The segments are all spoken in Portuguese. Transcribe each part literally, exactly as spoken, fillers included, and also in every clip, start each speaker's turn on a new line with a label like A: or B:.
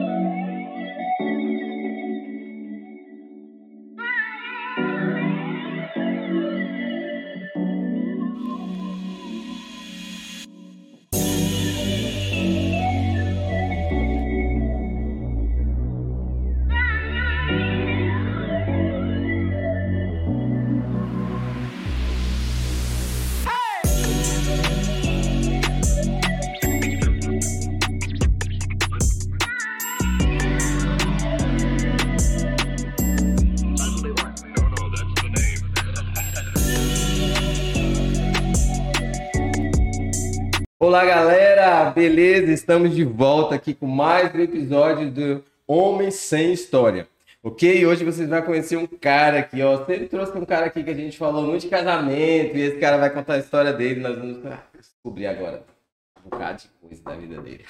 A: Olá, galera! Beleza? Estamos de volta aqui com mais um episódio do Homem Sem História. Ok? Hoje vocês vão conhecer um cara aqui, ó. Sempre trouxe um cara aqui que a gente falou muito de casamento e esse cara vai contar a história dele. Nós vamos descobrir agora um bocado de coisa da vida dele.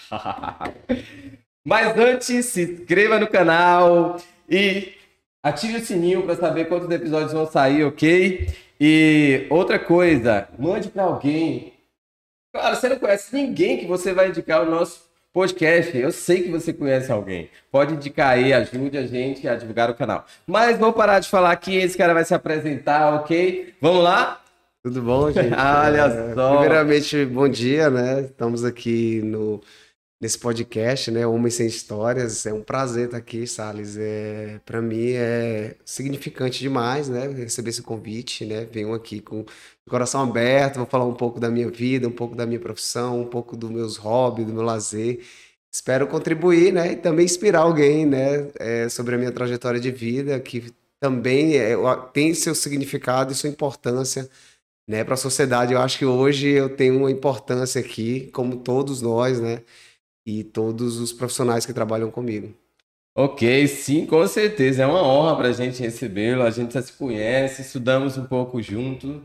A: Mas antes, se inscreva no canal e ative o sininho para saber quantos episódios vão sair, ok? E outra coisa, mande para alguém. Claro, você não conhece ninguém que você vai indicar o nosso podcast. Eu sei que você conhece alguém. Pode indicar aí, ajude a gente a divulgar o canal. Mas vou parar de falar aqui, esse cara vai se apresentar, ok? Vamos lá?
B: Tudo bom, gente?
A: Olha
B: é,
A: só.
B: Primeiramente, bom dia, né? Estamos aqui no, nesse podcast, né? Homem Sem Histórias. É um prazer estar aqui, Salles. É, para mim é significante demais, né? Receber esse convite, né? Venho aqui com o coração aberto, vou falar um pouco da minha vida, um pouco da minha profissão, um pouco dos meus hobbies, do meu lazer. Espero contribuir, né? E também inspirar alguém, né? É, sobre a minha trajetória de vida, que também é, tem seu significado e sua importância, né, para a sociedade. Eu acho que hoje eu tenho uma importância aqui, como todos nós, né? E todos os profissionais que trabalham comigo.
A: Ok, sim, com certeza. É uma honra para a gente recebê-lo. A gente já se conhece, estudamos um pouco junto.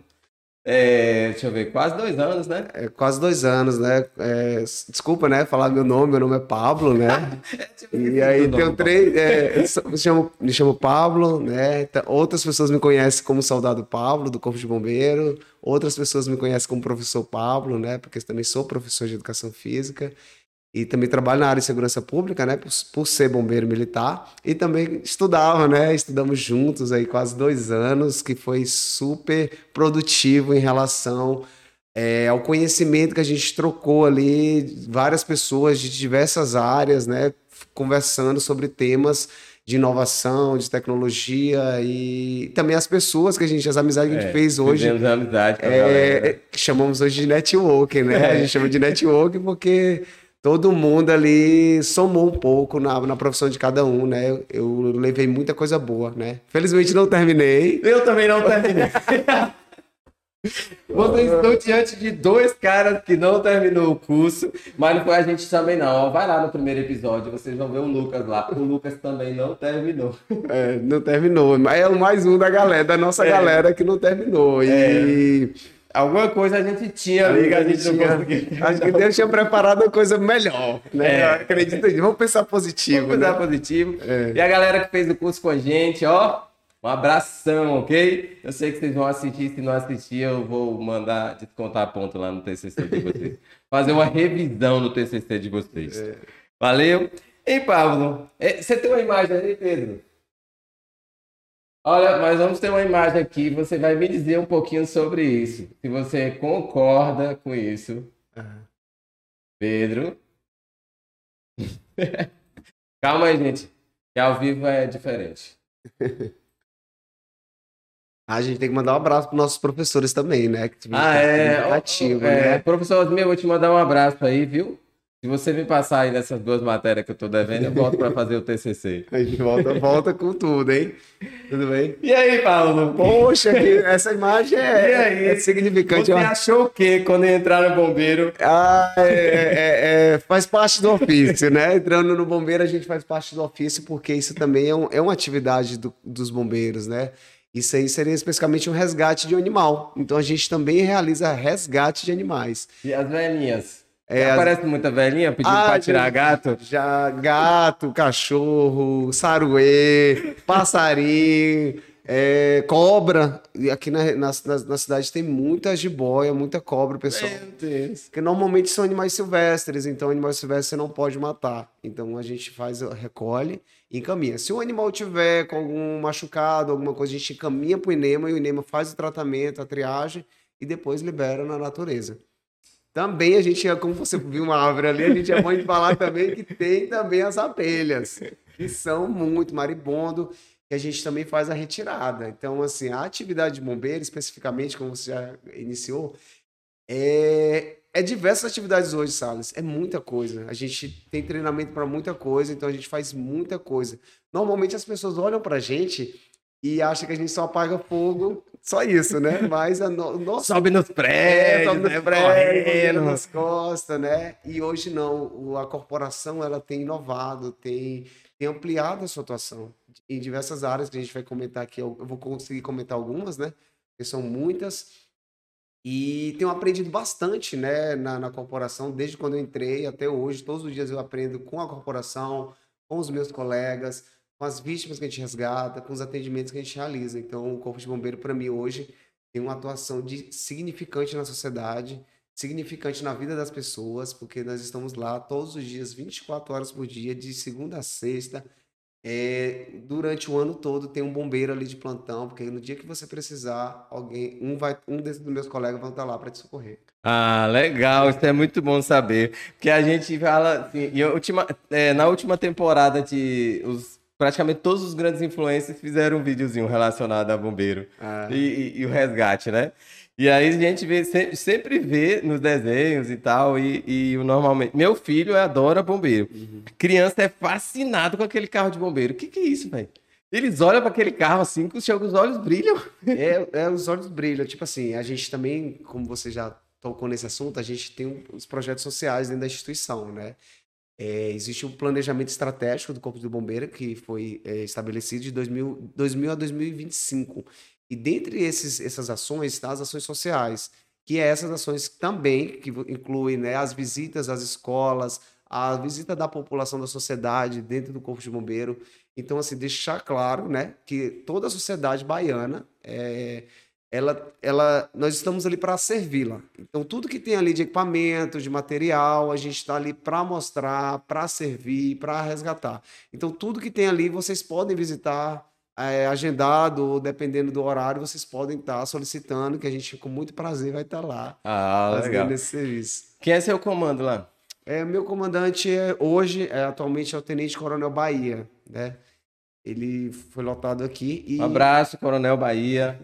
A: É, deixa eu ver, quase dois anos, né?
B: É, quase dois anos, né? É, desculpa, né? Falar meu nome, meu nome é Pablo, né?
A: é, tipo,
B: e aí tenho três. É, me, chamo, me chamo Pablo, né? Outras pessoas me conhecem como Soldado Pablo, do Corpo de Bombeiro. Outras pessoas me conhecem como Professor Pablo, né? Porque eu também sou professor de Educação Física. E também trabalho na área de segurança pública, né? Por, por ser bombeiro militar. E também estudava, né? Estudamos juntos aí quase dois anos, que foi super produtivo em relação é, ao conhecimento que a gente trocou ali, várias pessoas de diversas áreas, né? Conversando sobre temas de inovação, de tecnologia e também as pessoas que a gente, as amizades que a gente é, fez hoje.
A: Fizemos amizade com a
B: é,
A: galera.
B: Chamamos hoje de networking, né? A gente chama de networking porque todo mundo ali somou um pouco na, na profissão de cada um, né? Eu, eu levei muita coisa boa, né? Felizmente não terminei.
A: Eu também não terminei. Vocês estão diante de dois caras que não terminou o curso, mas não foi a gente também não. Vai lá no primeiro episódio, vocês vão ver o Lucas lá. O Lucas também não terminou.
B: É, não terminou, mas é o mais um da galera, da nossa é. galera que não terminou. E...
A: É. Alguma coisa a gente tinha ali que a gente não conseguia.
B: Acho que Deus tinha preparado uma coisa melhor, né? É. Acredito nisso. Vamos pensar positivo.
A: Vamos pensar
B: né?
A: positivo. É. E a galera que fez o curso com a gente, ó, um abração, ok? Eu sei que vocês vão assistir. Se não assistir, eu vou mandar descontar ponto lá no T C C de vocês. Fazer uma revisão no T C C de vocês. É. Valeu? Ei, Pablo, você tem uma imagem aí, Pedro? Olha, nós vamos ter uma imagem aqui, você vai me dizer um pouquinho sobre isso. Se você concorda com isso. Uhum. Pedro. Calma aí, gente. Que ao vivo é diferente.
B: A gente tem que mandar um abraço para os nossos professores também, né? Que
A: ah, é.
B: Ativo,
A: é
B: né?
A: Professor Osmir, eu vou te mandar um abraço aí, viu? Se você me passar aí nessas duas matérias que eu tô devendo, eu volto para fazer o T C C.
B: A gente volta, volta com tudo, hein? Tudo bem?
A: E aí, Paulo?
B: Poxa, essa imagem é, é significante.
A: Você ó. achou o quê quando entrar no bombeiro?
B: Ah, é, é, é, faz parte do ofício, né? Entrando no bombeiro, a gente faz parte do ofício, porque isso também é, um, é uma atividade do, dos bombeiros, né? Isso aí seria especificamente um resgate de um animal. Então, a gente também realiza resgate de animais.
A: E as velhinhas? É, aparece as... muita velhinha pedindo ah, pra tirar
B: já,
A: gato?
B: Já, gato, cachorro, saruê, passarinho. É, cobra. E aqui na, na, na, na cidade tem muita jiboia, muita cobra, pessoal.
A: Meu Deus.
B: Porque normalmente são animais silvestres, então animais silvestres você não pode matar. Então a gente faz, recolhe e encaminha. Se o animal tiver com algum machucado, alguma coisa, a gente encaminha para o INEMA e o INEMA faz o tratamento, a triagem e depois libera na natureza. Também a gente, como você viu uma árvore ali, a gente é bom de falar também que tem também as abelhas, que são muito maribondo, que a gente também faz a retirada. Então, assim, a atividade de bombeiro, especificamente, como você já iniciou, é, é diversas atividades hoje, Salles. É muita coisa. A gente tem treinamento para muita coisa, então a gente faz muita coisa. Normalmente as pessoas olham para a gente e acham que a gente só apaga fogo, só isso, né? Mas a no, o nosso...
A: Sobe nos
B: É,
A: prédios,
B: sobe nos
A: né?
B: prédios, vira
A: Correndo.
B: nas costas, né? E hoje não. O- A corporação ela tem inovado, tem, tem ampliado a sua atuação em diversas áreas que a gente vai comentar aqui. Eu, eu vou conseguir comentar algumas, né? Porque são muitas. E tenho aprendido bastante, né, na, na corporação, desde quando eu entrei até hoje. Todos os dias eu aprendo com a corporação, com os meus colegas, com as vítimas que a gente resgata, com os atendimentos que a gente realiza. Então, o Corpo de Bombeiro, para mim, hoje, tem uma atuação de, significante na sociedade, significante na vida das pessoas, porque nós estamos lá todos os dias, vinte e quatro horas por dia, de segunda a sexta. É, durante o ano todo tem um bombeiro ali de plantão, porque no dia que você precisar, alguém, um vai, um desses dos meus colegas vão estar lá para te socorrer.
A: Ah, legal, isso é muito bom saber. Porque a gente fala assim, e a última, é, na última temporada de os, praticamente todos os grandes influencers fizeram um videozinho relacionado a bombeiro e,
B: Ah,
A: e- e o resgate, né? E aí a gente vê, sempre, sempre vê nos desenhos e tal, e, e o normalmente. Meu filho adora bombeiro.
B: uhum.
A: Criança é fascinado com aquele carro de bombeiro. O que que é isso, velho? Eles olham para aquele carro assim, que os os olhos brilham.
B: É, é, os olhos brilham. Tipo assim, a gente também, como você já tocou nesse assunto, a gente tem um- os projetos sociais dentro da instituição, né? É, existe um planejamento estratégico do Corpo de Bombeiro que foi é, estabelecido de dois mil, dois mil a dois mil e vinte e cinco. E dentre esses, essas ações, está as ações sociais, que é essas ações também, que vo- incluem, né, as visitas às escolas, a visita da população da sociedade dentro do Corpo de Bombeiro. Então, assim, deixar claro, né, que toda a sociedade baiana é, ela, ela, nós estamos ali para servi-la. Então, tudo que tem ali de equipamento, de material, a gente está ali para mostrar, para servir, para resgatar. Então, tudo que tem ali, vocês podem visitar, é, agendado, ou dependendo do horário, vocês podem estar solicitando, que a gente, com muito prazer, vai estar lá
A: Ah,
B: fazendo
A: legal.
B: esse serviço.
A: Quem é seu comando lá?
B: É, meu comandante é, hoje, é, atualmente, é o Tenente Coronel Bahia, né? Ele foi lotado aqui
A: Um
B: e
A: abraço, Coronel Bahia.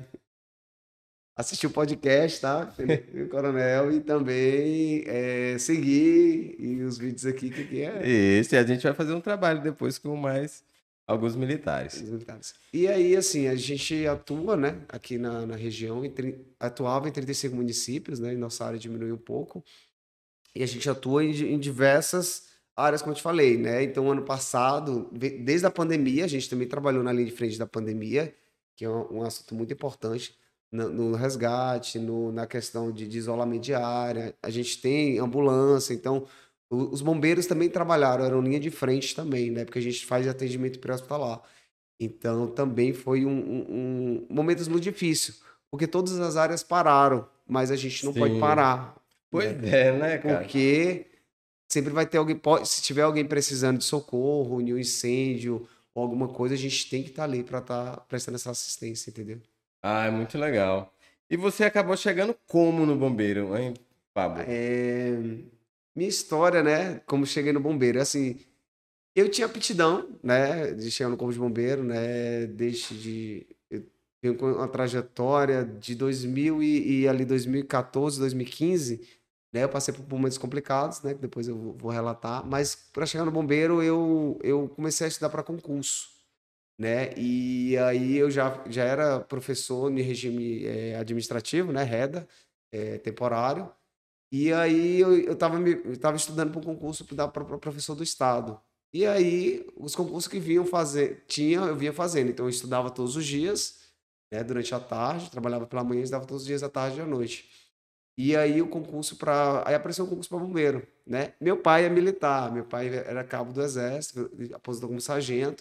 B: assistir o podcast, tá? O Coronel, e também é, seguir e os vídeos aqui, que aqui é
A: Esse, a gente vai fazer um trabalho depois com mais alguns militares.
B: os militares. E aí, assim, a gente atua, né, aqui na, na região, em, tri- atuava em trinta e cinco municípios, né, e nossa área diminuiu um pouco, e a gente atua em, di- em diversas áreas, como eu te falei, né? Então, ano passado, ve- desde a pandemia, a gente também trabalhou na linha de frente da pandemia, que é um, um assunto muito importante, no, no resgate, no, na questão de, de isolamento de área. A gente tem ambulância, então o- os bombeiros também trabalharam, eram linha de frente também, né? Porque a gente faz atendimento pré-hospitalar. Então, também foi um, um, um momentos muito difícil, porque todas as áreas pararam, mas a gente não pode
A: Sim.
B: parar,
A: Pois
B: né?
A: é, né, cara?
B: Porque sempre vai ter alguém, pode- se tiver alguém precisando de socorro, de um incêndio ou alguma coisa, a gente tem que estar ali para estar prestando essa assistência, entendeu?
A: Ah, é muito legal. E você acabou chegando como no bombeiro, hein, Pablo?
B: É, minha história, né? Como cheguei no bombeiro, assim, eu tinha aptidão, né? De chegar no corpo de bombeiro, né? Desde de eu tenho uma trajetória de dois mil e, e ali dois mil e quatorze, dois mil e quinze, né? Eu passei por momentos complicados, né? Que depois eu vou vou relatar. Mas para chegar no bombeiro, eu, eu comecei a estudar para concurso, né? E aí eu já, já era professor em regime eh, administrativo, né? REDA, eh, temporário. E aí eu, eu tava, me, eu tava estudando para um concurso para professor do estado. E aí os concursos que vinham fazer, tinha, eu vinha fazendo. Então eu estudava todos os dias, né? Durante a tarde, trabalhava pela manhã, estudava todos os dias à tarde e à noite. E aí o concurso para, aí apareceu um concurso para bombeiro, né? Meu pai é militar, meu pai era cabo do exército, aposentou como sargento.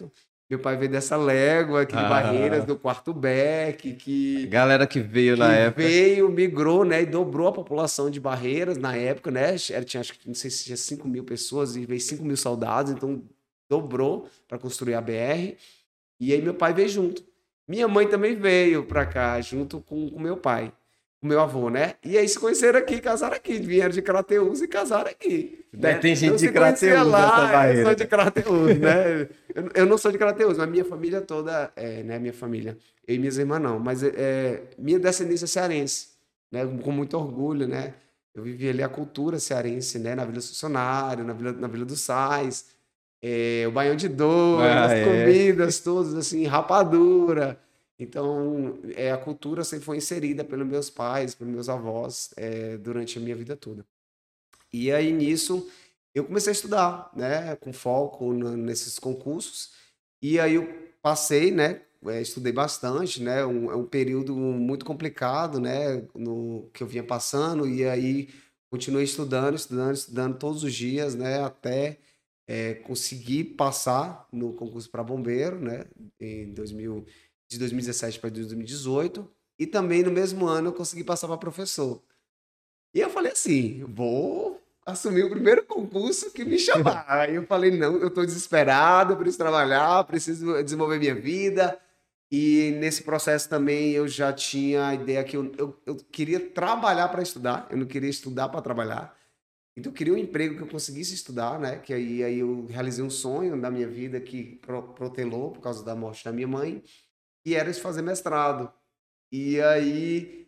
B: Meu pai veio dessa légua aqui de
A: Ah,
B: Barreiras, do quarto Beck, que,
A: galera que veio
B: que
A: na época.
B: veio, migrou, né? E dobrou a população de Barreiras na época, né? Era, tinha, acho que, não sei se tinha cinco mil pessoas e veio cinco mil soldados, então dobrou para construir a B R. E aí meu pai veio junto. Minha mãe também veio para cá, junto com o meu pai, o meu avô, né? E aí se conheceram aqui, casaram aqui, vieram de Crateús e casaram aqui.
A: Né,
B: Né?
A: tem gente
B: Não
A: de
B: se conhecia
A: Crateús nessa
B: lá, eu
A: barreira.
B: sou de Crateús, né? Eu, eu não sou de Crateús, mas minha família toda, é, né? Minha família, eu e minhas irmãs não, mas é, minha descendência é cearense, né? Com muito orgulho, né? Eu vivi ali a cultura cearense, né? Na Vila do Funcionário, na Vila, na Vila do Sais, é, o baião de dois,
A: Ah,
B: as
A: é.
B: comidas todas, assim, rapadura. Então, é, a cultura sempre foi inserida pelos meus pais, pelos meus avós, é, durante a minha vida toda. E aí, nisso, eu comecei a estudar, né, com foco na- nesses concursos. E aí eu passei, né, é, estudei bastante, né, um, é um período muito complicado, né, no que eu vinha passando. E aí continuei estudando, estudando, estudando todos os dias, né, até é, conseguir passar no concurso para bombeiro, né, em dois mil, de dois mil e dezessete para dois mil e dezoito. E também no mesmo ano eu consegui passar para professor. E eu falei assim, vou assumir o primeiro concurso que me chamar. Aí eu falei, não, eu estou desesperado, eu preciso trabalhar, preciso desenvolver minha vida. E nesse processo também eu já tinha a ideia que eu, eu, eu queria trabalhar para estudar, eu não queria estudar para trabalhar. Então eu queria um emprego que eu conseguisse estudar, né? Que aí, aí eu realizei um sonho da minha vida que pro- protelou por causa da morte da minha mãe, e era de fazer mestrado. E aí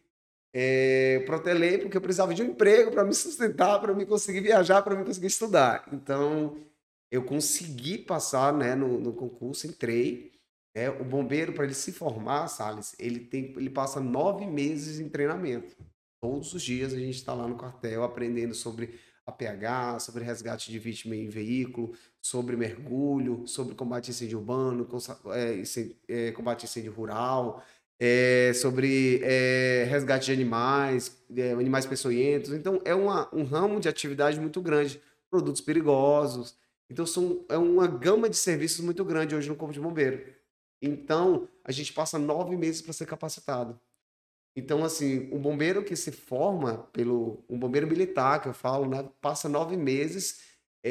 B: é, eu protelei porque eu precisava de um emprego para me sustentar, para me conseguir viajar, para me conseguir estudar. Então, eu consegui passar, né, no, no concurso, entrei. Né? O bombeiro, para ele se formar, Salles, ele, tem, ele passa nove meses em treinamento. Todos os dias a gente está lá no quartel aprendendo sobre A P H, sobre resgate de vítima em veículo, sobre mergulho, sobre combate a incêndio urbano, consa- é, incê- é, combate a incêndio rural, é, sobre é, resgate de animais, é, animais peçonhentos. Então, é uma, um ramo de atividade muito grande. Produtos perigosos. Então, são, é uma gama de serviços muito grande hoje no Corpo de Bombeiro. Então, a gente passa nove meses para ser capacitado. Então, assim, um bombeiro que se forma pelo... Um bombeiro militar, que eu falo, né? Passa nove meses,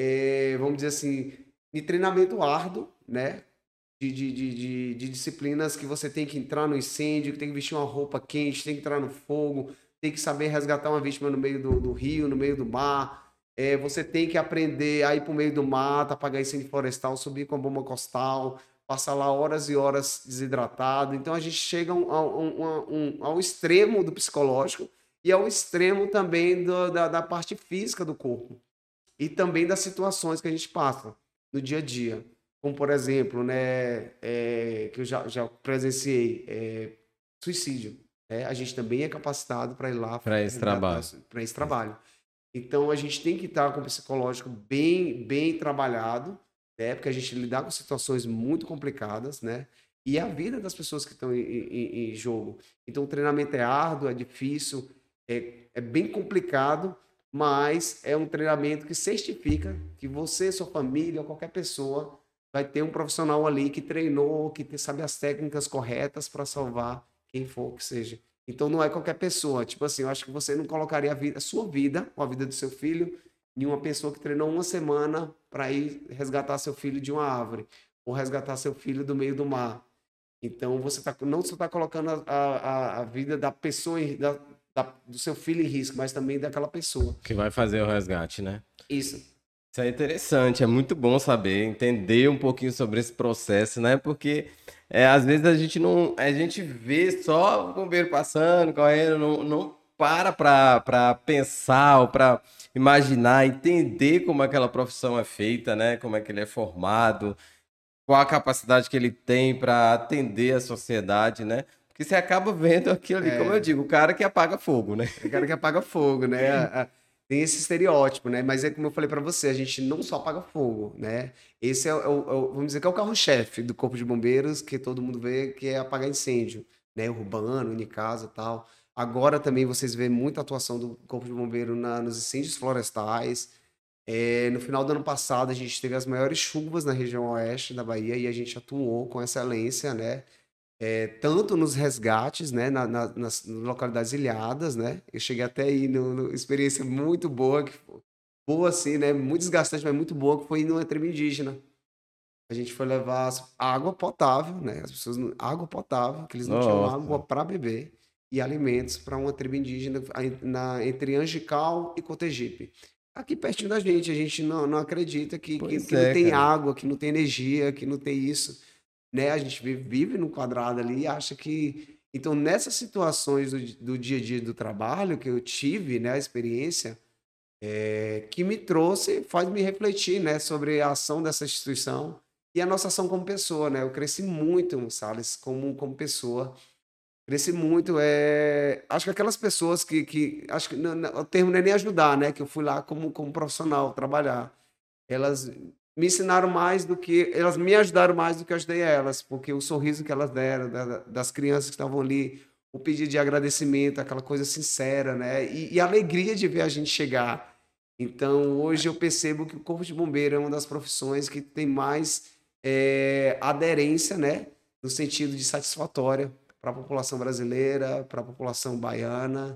B: é, vamos dizer assim, de treinamento árduo, né? De, de, de, de, de disciplinas que você tem que entrar no incêndio, que tem que vestir uma roupa quente, tem que entrar no fogo, tem que saber resgatar uma vítima no meio do, do rio, no meio do mar. É, você tem que aprender a ir para o meio do mato, apagar incêndio florestal, subir com a bomba costal, passar lá horas e horas desidratado. Então a gente chega ao, ao, um, ao extremo do psicológico e ao extremo também do, da, da parte física do corpo e também das situações que a gente passa no dia a dia. Como, por exemplo, né, é, que eu já, já presenciei, é, suicídio. Né? A gente também é capacitado para ir lá
A: Para esse
B: resgatar
A: trabalho.
B: para esse trabalho. Então, a gente tem que estar com o psicológico bem, bem trabalhado, né? Porque a gente lidar com situações muito complicadas, né? E a vida das pessoas que estão em, em, em jogo. Então, o treinamento é árduo, é difícil, é, é bem complicado, mas é um treinamento que certifica que você, sua família ou qualquer pessoa vai ter um profissional ali que treinou, que te- sabe as técnicas corretas para salvar quem for que seja. Então não é qualquer pessoa. Tipo assim, eu acho que você não colocaria a, vida, a sua vida, ou a vida do seu filho, em uma pessoa que treinou uma semana para ir resgatar seu filho de uma árvore, ou resgatar seu filho do meio do mar. Então você tá, não só está colocando a, a, a vida da pessoa, em- da, da- do seu filho em risco, mas também daquela pessoa.
A: Que vai fazer o resgate, né?
B: Isso.
A: Isso é interessante, é muito bom saber, entender um pouquinho sobre esse processo, né? Porque é, às vezes a gente não, a gente vê só o bombeiro passando, correndo, não, não para para para pensar ou para imaginar, entender como aquela profissão é feita, né? Como é que ele é formado, qual a capacidade que ele tem para atender a sociedade, né? Porque você acaba vendo aquilo ali, como eu
B: É,
A: digo, o cara que apaga fogo, né?
B: é o cara que apaga fogo, né? A- a- Tem esse estereótipo, né? Mas é como eu falei para você, a gente não só apaga fogo, né? Esse é, o, é o- é o- vamos dizer que é o carro-chefe do Corpo de Bombeiros, que todo mundo vê que é apagar incêndio, né? Urbano, em casa e tal. Agora também vocês veem muita atuação do Corpo de Bombeiro na, nos incêndios florestais. É, no final do ano passado, a gente teve as maiores chuvas na região oeste da Bahia e a gente atuou com excelência, né? É, tanto nos resgates, né? Na, na, nas localidades ilhadas, né? Eu cheguei até aí numa experiência muito boa, que, boa assim, né? Muito desgastante, mas muito boa, que foi numa tribo indígena. A gente foi levar água potável, né? As pessoas, não- água potável, que eles não tinham água
A: Nossa.
B: para beber, e alimentos para uma tribo indígena aí na, entre Angical e Cotegipe. Aqui pertinho da gente, a gente não, não acredita que, que,
A: Pois
B: que não
A: é,
B: tem
A: cara.
B: água, que não tem energia, que não tem isso, né? A gente vive, vive no quadrado ali e acha que. Então, nessas situações do, do dia a dia do trabalho que eu tive, né, a experiência, é, que me trouxe, faz me refletir, né, sobre a ação dessa instituição e a nossa ação como pessoa, né? Eu cresci muito, Salles, como, como pessoa. Cresci muito. É... Acho que aquelas pessoas que. que acho que não, não, o termo não é nem ajudar, né? Que eu fui lá como, como profissional trabalhar. Elas me ensinaram mais do que. Elas me ajudaram mais do que eu ajudei a elas, porque o sorriso que elas deram, da, das crianças que estavam ali, o pedido de agradecimento, aquela coisa sincera, né? E, e a alegria de ver a gente chegar. Então, hoje eu percebo que o Corpo de Bombeiro é uma das profissões que tem mais é, aderência, né? No sentido de satisfatória para a população brasileira, para a população baiana,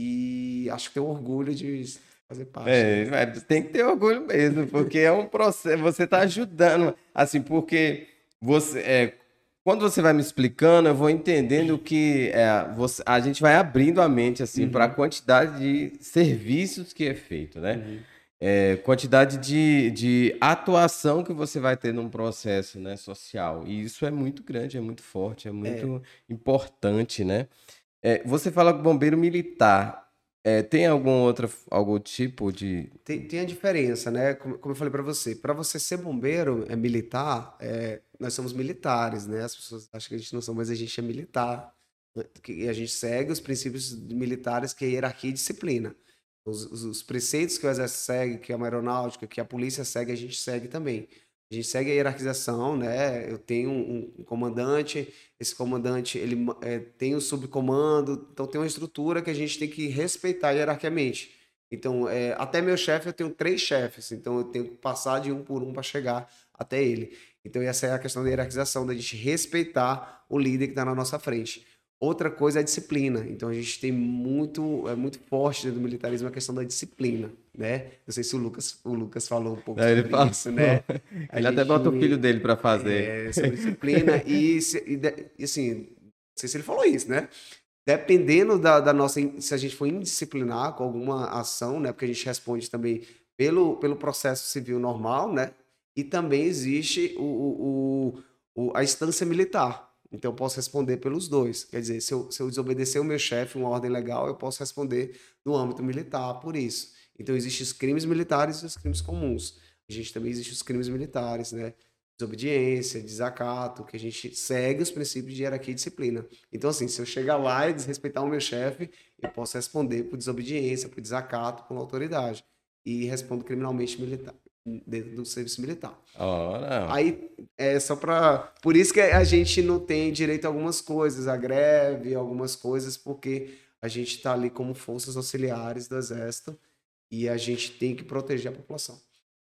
B: e acho que tenho orgulho de fazer parte
A: É,
B: disso.
A: mas tem que ter orgulho mesmo, porque é um processo, você está ajudando, assim, porque você, é, quando você vai me explicando, eu vou entendendo que é, você, a gente vai abrindo a mente, assim, para a
B: Uhum,
A: quantidade de serviços que é feito, né?
B: uhum.
A: É, quantidade de, de atuação que você vai ter num processo, né, social. E isso é muito grande, é muito forte, é
B: É,
A: muito importante, né? É, você fala bombeiro militar. É, tem algum outro algum tipo de.
B: tem, tem a diferença, né? Como, como eu falei para você, para você ser bombeiro é militar, é, nós somos militares, né? As pessoas acham que a gente não somos, mas a gente é militar. E a gente segue os princípios militares, que é hierarquia e disciplina. Os, os, os preceitos que o exército segue, que a aeronáutica, que a polícia segue, a gente segue também. A gente segue a hierarquização, né? Eu tenho um, um comandante, esse comandante ele é, tem o subcomando, então tem uma estrutura que a gente tem que respeitar hierarquicamente. Então, é, até meu chefe, eu tenho três chefes, então eu tenho que passar de um por um para chegar até ele. Então, essa é a questão da hierarquização, da gente respeitar o líder que está na nossa frente. Outra coisa é a disciplina. Então, a gente tem muito, é muito forte dentro do militarismo a questão da disciplina, né? Não sei se o Lucas, o Lucas falou um pouco
A: Daí ele
B: sobre
A: fala.
B: isso, né? A
A: Ele até bota o filho
B: gente
A: dele para fazer.
B: é, sobre disciplina e, se- e, de- e, assim, não sei se ele falou isso, né? Dependendo da, da nossa, se a gente for indisciplinar com alguma ação, né? Porque a gente responde também pelo, pelo processo civil normal, né? E também existe o, o, o, o- a instância militar. Então eu posso responder pelos dois. Quer dizer, se eu, se eu desobedecer o meu chefe, uma ordem legal, eu posso responder no âmbito militar por isso. Então existem os crimes militares e os crimes comuns. A gente também existe os crimes militares, né? Desobediência, desacato, que a gente segue os princípios de hierarquia e disciplina. Então, assim, se eu chegar lá e desrespeitar o meu chefe, eu posso responder por desobediência, por desacato, por autoridade. E respondo criminalmente militar, dentro do serviço militar.
A: Ora.
B: Aí, é só para. Por isso que a gente não tem direito a algumas coisas, a greve, algumas coisas, porque a gente está ali como forças auxiliares do Exército e a gente tem que proteger a população.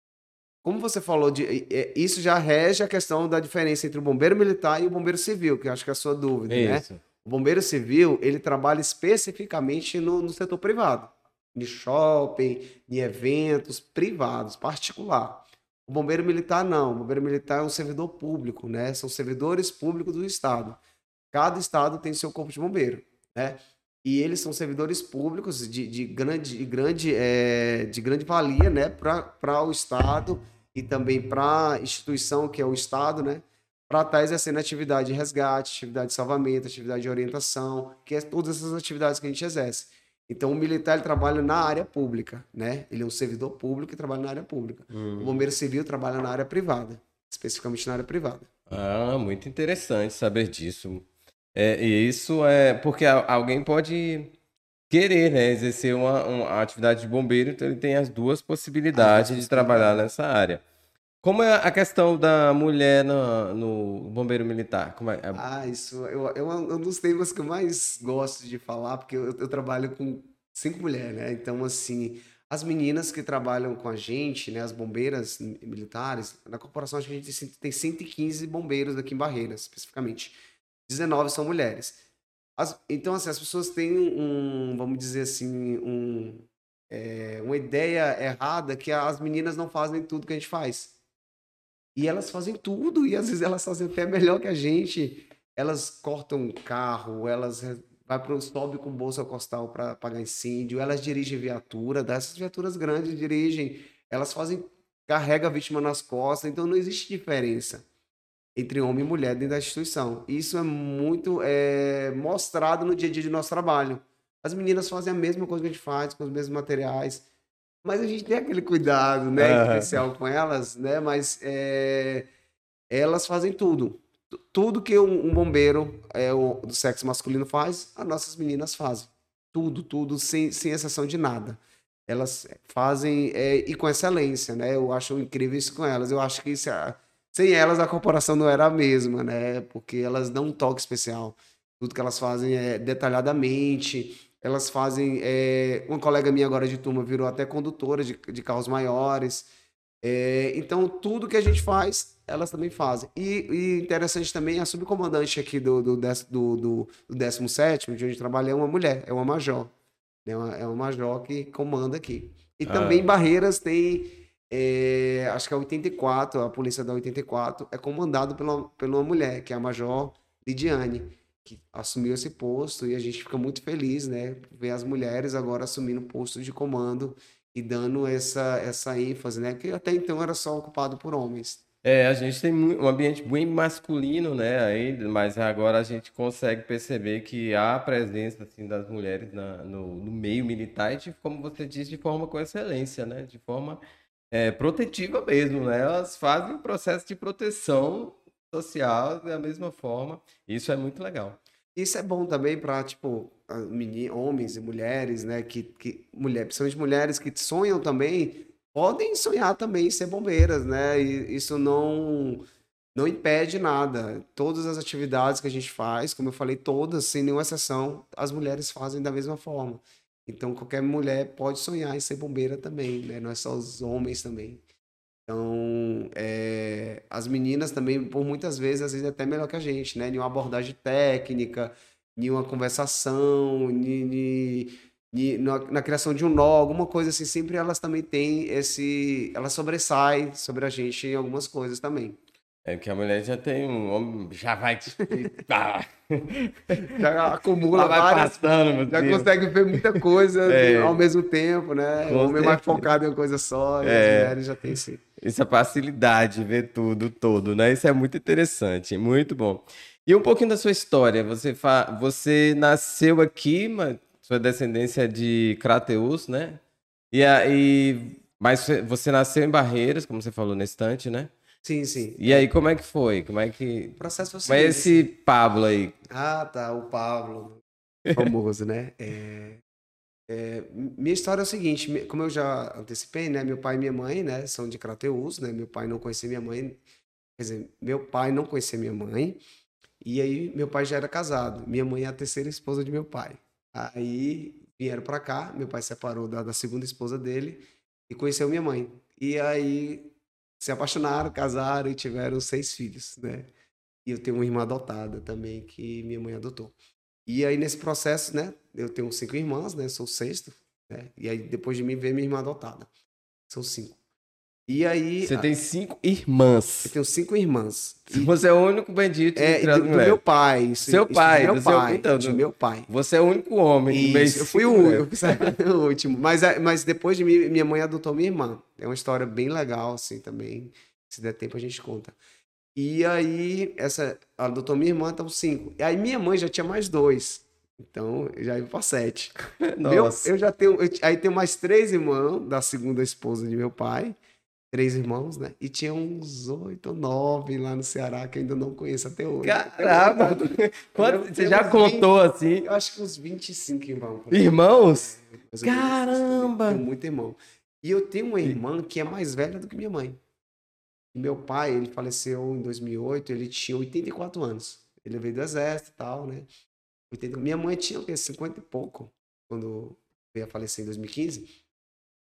B: Como você falou, de, é, isso já rege a questão da diferença entre o bombeiro militar e o bombeiro civil, que eu acho que é a sua dúvida, né?
A: Isso.
B: O bombeiro civil, ele trabalha especificamente no, no setor privado, em shopping, em eventos privados, particular. O bombeiro militar não, o bombeiro militar é um servidor público, né? São servidores públicos do estado. Cada estado tem seu corpo de bombeiro, né? E eles são servidores públicos de, de grande, de grande, é, de grande valia, né? Para o estado e também para a instituição que é o estado, né? Para estar exercendo atividade de resgate, atividade de salvamento, atividade de orientação, que é todas essas atividades que a gente exerce. Então, o militar ele trabalha na área pública, né? Ele é um servidor público e trabalha na área pública. O
A: Hum.
B: bombeiro civil trabalha na área privada, especificamente na área privada.
A: Ah, muito interessante saber disso. É, e isso é porque a- alguém pode querer, né, exercer uma, uma atividade de bombeiro, então ele tem as duas
B: As duas
A: possibilidades de trabalhar
B: possibilidades.
A: nessa área. Como é a questão da mulher no, no bombeiro militar? Como é? é-
B: Ah, isso eu, é um um dos temas que eu mais gosto de falar, porque eu, eu trabalho com cinco mulheres, né? Então, assim, As meninas que trabalham com a gente, né, as bombeiras militares, na corporação a gente tem cento e quinze bombeiros aqui em Barreiras, especificamente. dezenove são mulheres. As, então, assim, as pessoas têm um, vamos dizer assim, um, é, uma ideia errada que as meninas não fazem tudo que a gente faz. E elas fazem tudo, e às vezes elas fazem até melhor que a gente. Elas cortam carro, elas vai pro, sobe com bolsa costal para apagar incêndio, elas dirigem viatura, dessas viaturas grandes dirigem, elas fazem, carrega a vítima nas costas, então não existe diferença entre homem e mulher dentro da instituição. Isso é muito é, mostrado no dia a dia do nosso trabalho. As meninas fazem a mesma coisa que a gente faz, com os mesmos materiais, mas a gente tem aquele cuidado, né,
A: Aham.
B: especial com elas, né, mas é, elas fazem tudo. Tu- Tudo que um, um bombeiro é, o, do sexo masculino faz, as nossas meninas fazem. Tudo, tudo, sem, sem exceção de nada. Elas fazem é, e com excelência, né? Eu acho incrível isso com elas. Eu acho que isso é- sem elas a corporação não era a mesma, né? Porque elas dão um toque especial. Tudo que elas fazem é detalhadamente. Elas fazem. É, uma colega minha agora de turma virou até condutora de, de carros maiores. É, então, tudo que a gente faz, elas também fazem. E, e interessante também, a subcomandante aqui do, do, dez- do, do, do décimo sétimo, de onde eu trabalho, é uma mulher, é uma major. É uma, é uma major que comanda aqui. E também em
A: Ah,
B: Barreiras tem, é, acho que é oitenta e quatro, a polícia da oitenta e quatro é comandado pela, pela uma mulher, que é a Major Lidiane, que assumiu esse posto e a gente fica muito feliz, né, ver as mulheres agora assumindo posto de comando e dando essa, essa ênfase, né, que até então era só ocupado por homens.
A: é, a gente tem mu- um ambiente bem masculino, né, aí, mas agora a gente consegue perceber que há a presença assim das mulheres na- no, no meio militar e, de, como você disse, de forma com excelência, né, de forma é, protetiva mesmo, né? Elas fazem o processo de proteção social da mesma forma. Isso é muito legal.
B: Isso é bom também para, tipo, a meni- homens e mulheres, né? Que, que mulher, principalmente mulheres que sonham também, podem sonhar também em ser bombeiras, né? E isso não não impede nada. Todas as atividades que a gente faz, como eu falei, todas, sem nenhuma exceção, as mulheres fazem da mesma forma. Então, qualquer mulher pode sonhar em ser bombeira também, né? Não é só os homens também. Então, é, as meninas também, por muitas vezes, às vezes é até melhor que a gente, né? Em uma abordagem técnica, em uma conversação, ni- ni- ni- na, na criação de um nó, alguma coisa assim, sempre elas também têm esse. Elas sobressaem sobre a gente em algumas coisas também.
A: É que a mulher já tem um homem, já vai te. Pá.
B: Já
A: Lá
B: acumula
A: vai
B: várias.
A: passando, meu
B: Já
A: Deus.
B: consegue ver muita coisa do- ao
A: É,
B: mesmo tempo, né? O
A: com
B: homem é mais
A: certeza.
B: focado em uma coisa só e as
A: É,
B: mulheres já têm esse.
A: essa facilidade de ver tudo, todo, né? Isso é muito interessante, muito bom. E um pouquinho da sua história. Você, fa... você nasceu aqui, mas sua descendência é de Crateús, né? E aí, mas você nasceu em Barreiras, como você falou na estante, né?
B: Sim, sim.
A: E
B: É,
A: aí, como é que foi? Como é que.
B: o processo foi o
A: Como é
B: seguinte.
A: esse Pablo aí?
B: Ah, tá, o Pablo, famoso, né? É, é, minha história é o seguinte, mi- como eu já antecipei, né? Meu pai e minha mãe, né, são de Crateús, né? Meu pai não conhecia minha mãe, quer dizer, meu pai não conhecia minha mãe, e aí meu pai já era casado. Minha mãe é a terceira esposa de meu pai. Aí vieram pra cá, meu pai separou da, da segunda esposa dele e conheceu minha mãe. E aí se apaixonaram, casaram e tiveram seis filhos, né? E eu tenho uma irmã adotada também que minha mãe adotou. E aí, nesse processo, né? Eu tenho cinco irmãs, né? Sou o sexto, né? E aí, depois de mim, veio minha irmã adotada. São cinco. E aí,
A: Você
B: a-
A: tem cinco
B: eu
A: irmãs.
B: tenho cinco irmãs. E,
A: Você é o único bendito
B: é, e
A: entre as
B: do, do meu
A: mulheres.
B: pai, isso,
A: Seu
B: isso de
A: pai,
B: meu
A: do seu.
B: pai,
A: Então,
B: de
A: do-
B: meu pai.
A: você é o único homem no meio de
B: Isso, eu fui
A: cinco
B: o,
A: mulheres.
B: eu fui o último. Mas, a- mas depois de mim, minha mãe adotou minha irmã. É uma história bem legal, assim, também. Se der tempo, a gente conta. E aí, essa adotou minha irmã, então cinco. E aí, minha mãe já tinha mais dois. Então, eu já ia para sete. Meu,
A: Nossa.
B: eu já tenho. eu- aí tenho mais três irmãos da segunda esposa de meu pai. Três irmãos, né? E tinha uns oito ou nove lá no Ceará que eu ainda não conheço até hoje. Eu tenho
A: Caramba!
B: vontade.
A: Quanto,
B: Eu
A: você
B: tenho
A: já
B: uns vinte,
A: contou assim?
B: eu acho que uns vinte e cinco irmãos por aí.
A: Irmãos?
B: Mais ou menos isso também. Tenho
A: Caramba!
B: muito irmão. E eu tenho uma irmã que é mais velha do que minha mãe. E meu pai, ele faleceu em dois mil e oito, ele tinha oitenta e quatro anos. Ele veio do exército e tal, né? oitenta. Minha mãe tinha o quê? cinquenta e pouco, quando veio a falecer em dois mil e quinze.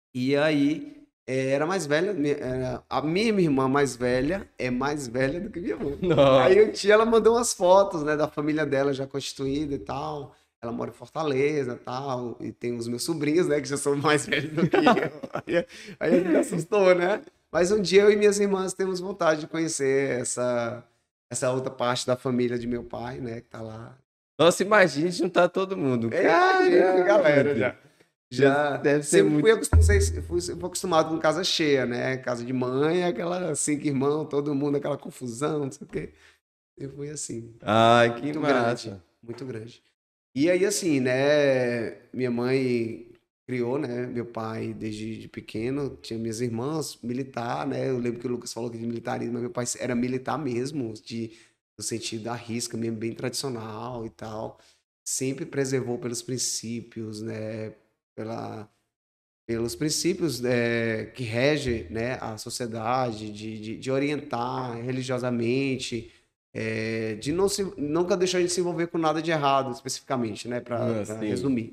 B: E aí, eh, era mais velha, mi- era- a minha irmã mais velha é mais velha do que minha irmã.
A: Nossa.
B: Aí eu tia, ela mandou umas fotos, né, da família dela já constituída e tal. Ela mora em Fortaleza e tal, e tem os meus sobrinhos, né, que já são mais velhos do que eu. Aí, aí a gente assustou, né? Mas um dia eu e minhas irmãs temos vontade de conhecer essa, essa outra parte da família de meu pai, né, que tá lá.
A: Nossa, imagine juntar todo mundo.
B: É, a gente, galera,
A: Caramba!
B: já. Já
A: Deve ser
B: sempre fui
A: muito.
B: acostumado, fui, fui acostumado com casa cheia, né? Casa de mãe, aquela cinco irmãos, todo mundo, aquela confusão, não sei o quê. Eu fui assim,
A: Ai, que
B: muito grande,
A: massa.
B: muito grande. E aí, assim, né? Minha mãe criou, né? Meu pai desde de pequeno, tinha minhas irmãs, militar, né? Eu lembro que o Lucas falou que de militarismo, mas meu pai era militar mesmo, de, no sentido da risca, mesmo bem tradicional e tal. Sempre preservou pelos princípios, né? Pela, pelos princípios eh, que regem, né, a sociedade, de, de, de orientar religiosamente, eh, de não se, nunca deixar de se envolver com nada de errado, especificamente, né, para
A: Assim.
B: resumir.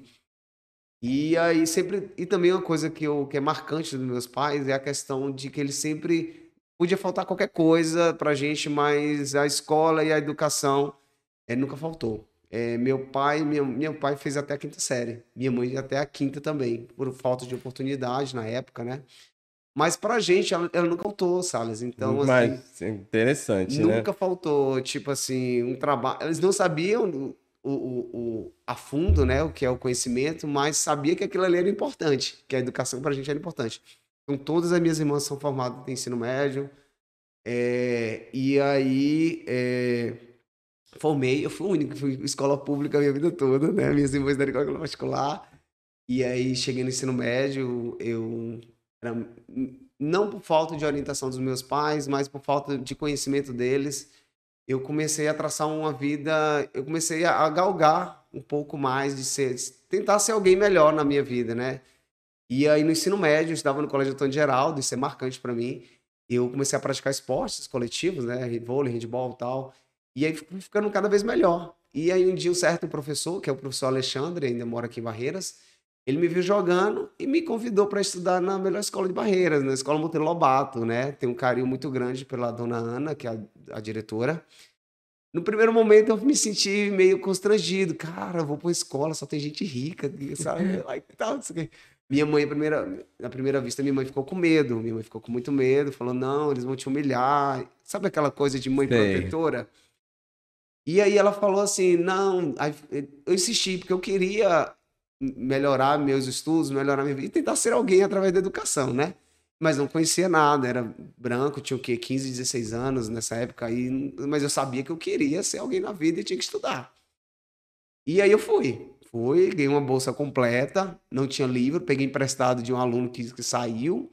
B: E aí sempre, e também uma coisa que, eu, que é marcante dos meus pais é a questão de que eles sempre podia faltar qualquer coisa para a gente, mas a escola e a educação é, nunca faltou. É, meu pai, meu, meu pai fez até a quinta série, minha mãe até a quinta também, por falta de oportunidade na época, né? Mas pra gente, ela, ela nunca faltou, Salles. Então,
A: Muito
B: assim,
A: mais interessante, né?
B: nunca faltou, tipo assim, um trabalho. Eles não sabiam o, o, o, a fundo, né, o que é o conhecimento, mas sabia que aquilo ali era importante, que a educação pra gente era importante. Então, todas as minhas irmãs são formadas em ensino médio, é, e aí. É, formei, eu fui o único que fui escola pública a minha vida toda, né? Minhas irmãs da escola particular. E aí cheguei no ensino médio, eu era, não por falta de orientação dos meus pais, mas por falta de conhecimento deles, eu comecei a traçar uma vida, eu comecei a, a galgar um pouco mais de ser, tentar ser alguém melhor na minha vida, né? E aí no ensino médio, eu estava no Colégio Antônio Geraldo, isso é marcante para mim. Eu comecei a praticar esportes coletivos, né, vôlei, handebol e tal. E aí fui ficando cada vez melhor. E aí um dia um certo professor, que é o professor Alexandre, ainda mora aqui em Barreiras, ele me viu jogando e me convidou para estudar na melhor escola de Barreiras, na Escola Monteiro Lobato, né? Tem um carinho muito grande pela dona Ana, que é a, a diretora. No primeiro momento eu me senti meio constrangido. Cara, eu vou pra uma escola, só tem gente rica, sabe? Lá e tal, não sei o quê. Minha mãe, à primeira, na primeira vista, minha mãe ficou com medo. Minha mãe ficou com muito medo, falou: não, eles vão te humilhar. Sabe aquela coisa de mãe
A: Sei.
B: protetora? E aí ela falou assim: não. Aí eu insisti, porque eu queria melhorar meus estudos, melhorar minha vida e tentar ser alguém através da educação, né? Mas não conhecia nada, era branco, tinha o quê? quinze, dezesseis anos nessa época aí, mas eu sabia que eu queria ser alguém na vida e tinha que estudar. E aí eu fui. Fui, ganhei uma bolsa completa, não tinha livro, peguei emprestado de um aluno que, que saiu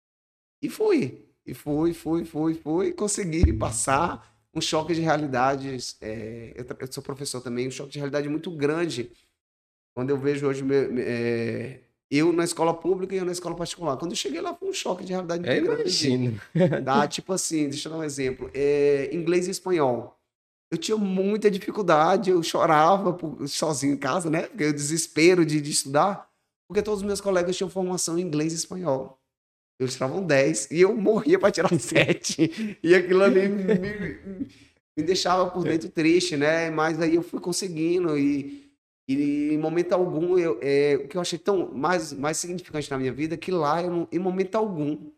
B: e fui. E fui, fui, fui, fui, consegui passar um choque de realidades. É, eu, tra- eu sou professor também, um choque de realidade muito grande quando eu vejo hoje meu- é, eu na escola pública e eu na escola particular. Quando eu cheguei lá, foi um choque de realidade
A: Eu
B: muito grande.
A: imagino.
B: Tá? Tipo assim, deixa eu dar um exemplo. É, inglês e espanhol. Eu tinha muita dificuldade, eu chorava por- sozinho em casa, né? Porque o desespero de, de estudar, porque todos os meus colegas tinham formação em inglês e espanhol. Eles tiravam dez e eu morria para tirar sete. E aquilo ali me, me- me deixava por dentro triste, né? Mas aí eu fui conseguindo e, e em momento algum, eu, é, o que eu achei tão mais, mais significante na minha vida é que lá, eu não, em momento algum,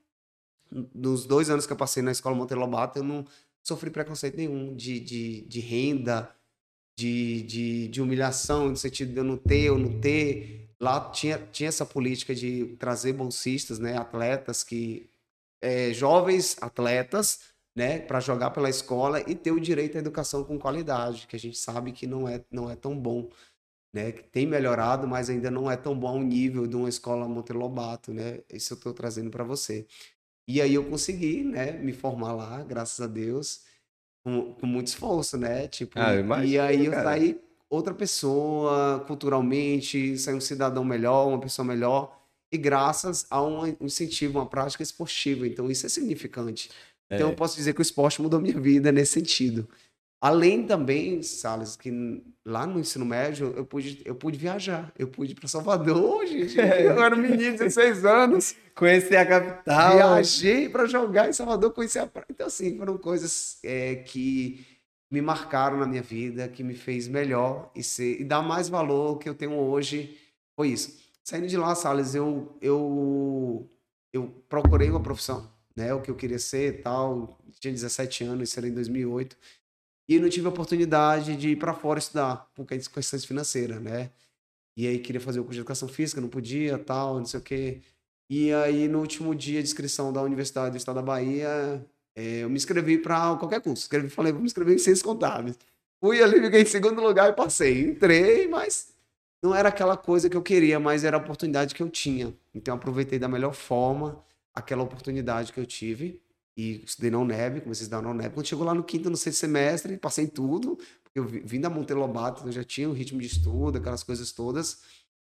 B: nos dois anos que eu passei na escola Monteiro Lobato, eu não sofri preconceito nenhum de, de, de renda, de, de, de humilhação, no sentido de eu não ter ou não ter. Lá tinha, tinha essa política de trazer bolsistas, né, atletas que é, jovens atletas, né, para jogar pela escola e ter o direito à educação com qualidade, que a gente sabe que não é, não é tão bom, né, que tem melhorado, mas ainda não é tão bom ao nível de uma escola Monteiro Lobato, né? Isso eu estou trazendo para você. E aí eu consegui, né, me formar lá, graças a Deus, com, com muito esforço, né? Tipo,
A: Ah, eu
B: e, e aí
A: imagino,
B: eu
A: cara.
B: saí outra pessoa, culturalmente, saí um cidadão melhor, uma pessoa melhor, e graças a um incentivo, uma prática esportiva. Então isso é significante. Então eu
A: É.
B: posso dizer que o esporte mudou minha vida nesse sentido. Além também, Salles, que lá no ensino médio eu pude, eu pude viajar. Eu pude ir para Salvador, gente. Eu era um menino de dezesseis anos.
A: Conhecer a capital.
B: Viajei para jogar em Salvador, conhecer a praia. Então, assim, foram coisas é, que me marcaram na minha vida, que me fez melhor e, ser, e dar mais valor que eu tenho hoje. Foi isso. Saindo de lá, Salles, eu, eu, eu procurei uma profissão, né? O que eu queria ser e tal. Tinha dezessete anos, isso era em dois mil e oito. E não tive a oportunidade de ir para fora estudar, por causa de questões financeiras, né? E aí queria fazer o curso de educação física, não podia, tal, não sei o quê. E aí no último dia de inscrição da Universidade do Estado da Bahia, é, eu me inscrevi para qualquer curso. Escrevi, falei, vou me inscrever em Ciências Contábeis. Fui ali, fiquei em segundo lugar e passei. Entrei, mas não era aquela coisa que eu queria, mas era a oportunidade que eu tinha. Então eu aproveitei da melhor forma aquela oportunidade que eu tive. E estudei na UNEB, comecei a estudar na UNEB. Quando chegou lá no quinto, no sexto semestre, passei em tudo, porque eu vim da Monteiro Lobato, então eu já tinha um ritmo de estudo, aquelas coisas todas.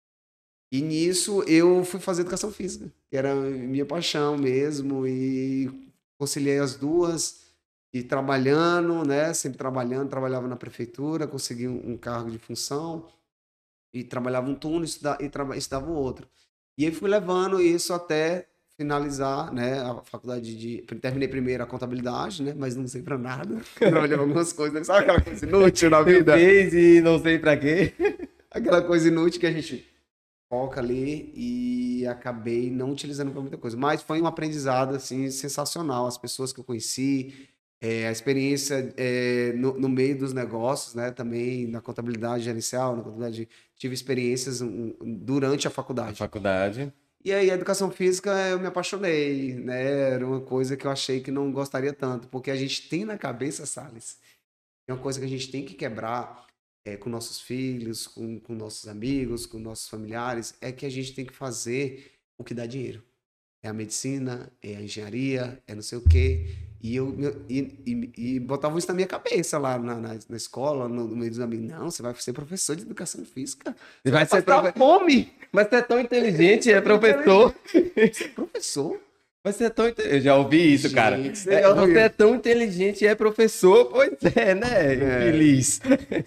B: E nisso eu fui fazer educação física, que era minha paixão mesmo, e conciliei as duas, e trabalhando, né, sempre trabalhando, trabalhava na prefeitura, consegui um, um cargo de função, e trabalhava um turno estuda, e traba, estudava o outro. E aí fui levando isso até finalizar, né, a faculdade de... Terminei primeiro a contabilidade, né, mas não sei pra nada. Trabalhei em algumas coisas, sabe aquela coisa inútil na vida?
A: Fez e não sei pra quê.
B: Aquela coisa inútil que a gente foca ali e acabei não utilizando pra muita coisa. Mas foi um aprendizado, assim, sensacional. As pessoas que eu conheci, é, a experiência é, no, no meio dos negócios, né, também na contabilidade gerencial, na contabilidade... Tive experiências um, durante a faculdade.
A: A faculdade.
B: E aí, a educação física, eu me apaixonei, né? Era uma coisa que eu achei que não gostaria tanto, porque a gente tem na cabeça, Salles, é uma coisa que a gente tem que quebrar é, com nossos filhos, com, com nossos amigos, com nossos familiares, é que a gente tem que fazer o que dá dinheiro. É a medicina, é a engenharia, é não sei o quê. E eu e, e, e botava isso na minha cabeça lá na, na, na escola, no, no meio dos amigos. Não, você vai ser professor de educação física.
A: Você vai, vai ser
B: profe... fome.
A: Mas você é tão inteligente, é, é professor.
B: Você é professor?
A: Mas você é tão inte... Eu já ouvi isso,
B: Gente,
A: cara.
B: Você,
A: é, você é tão inteligente e é professor, pois é, né? É. Feliz.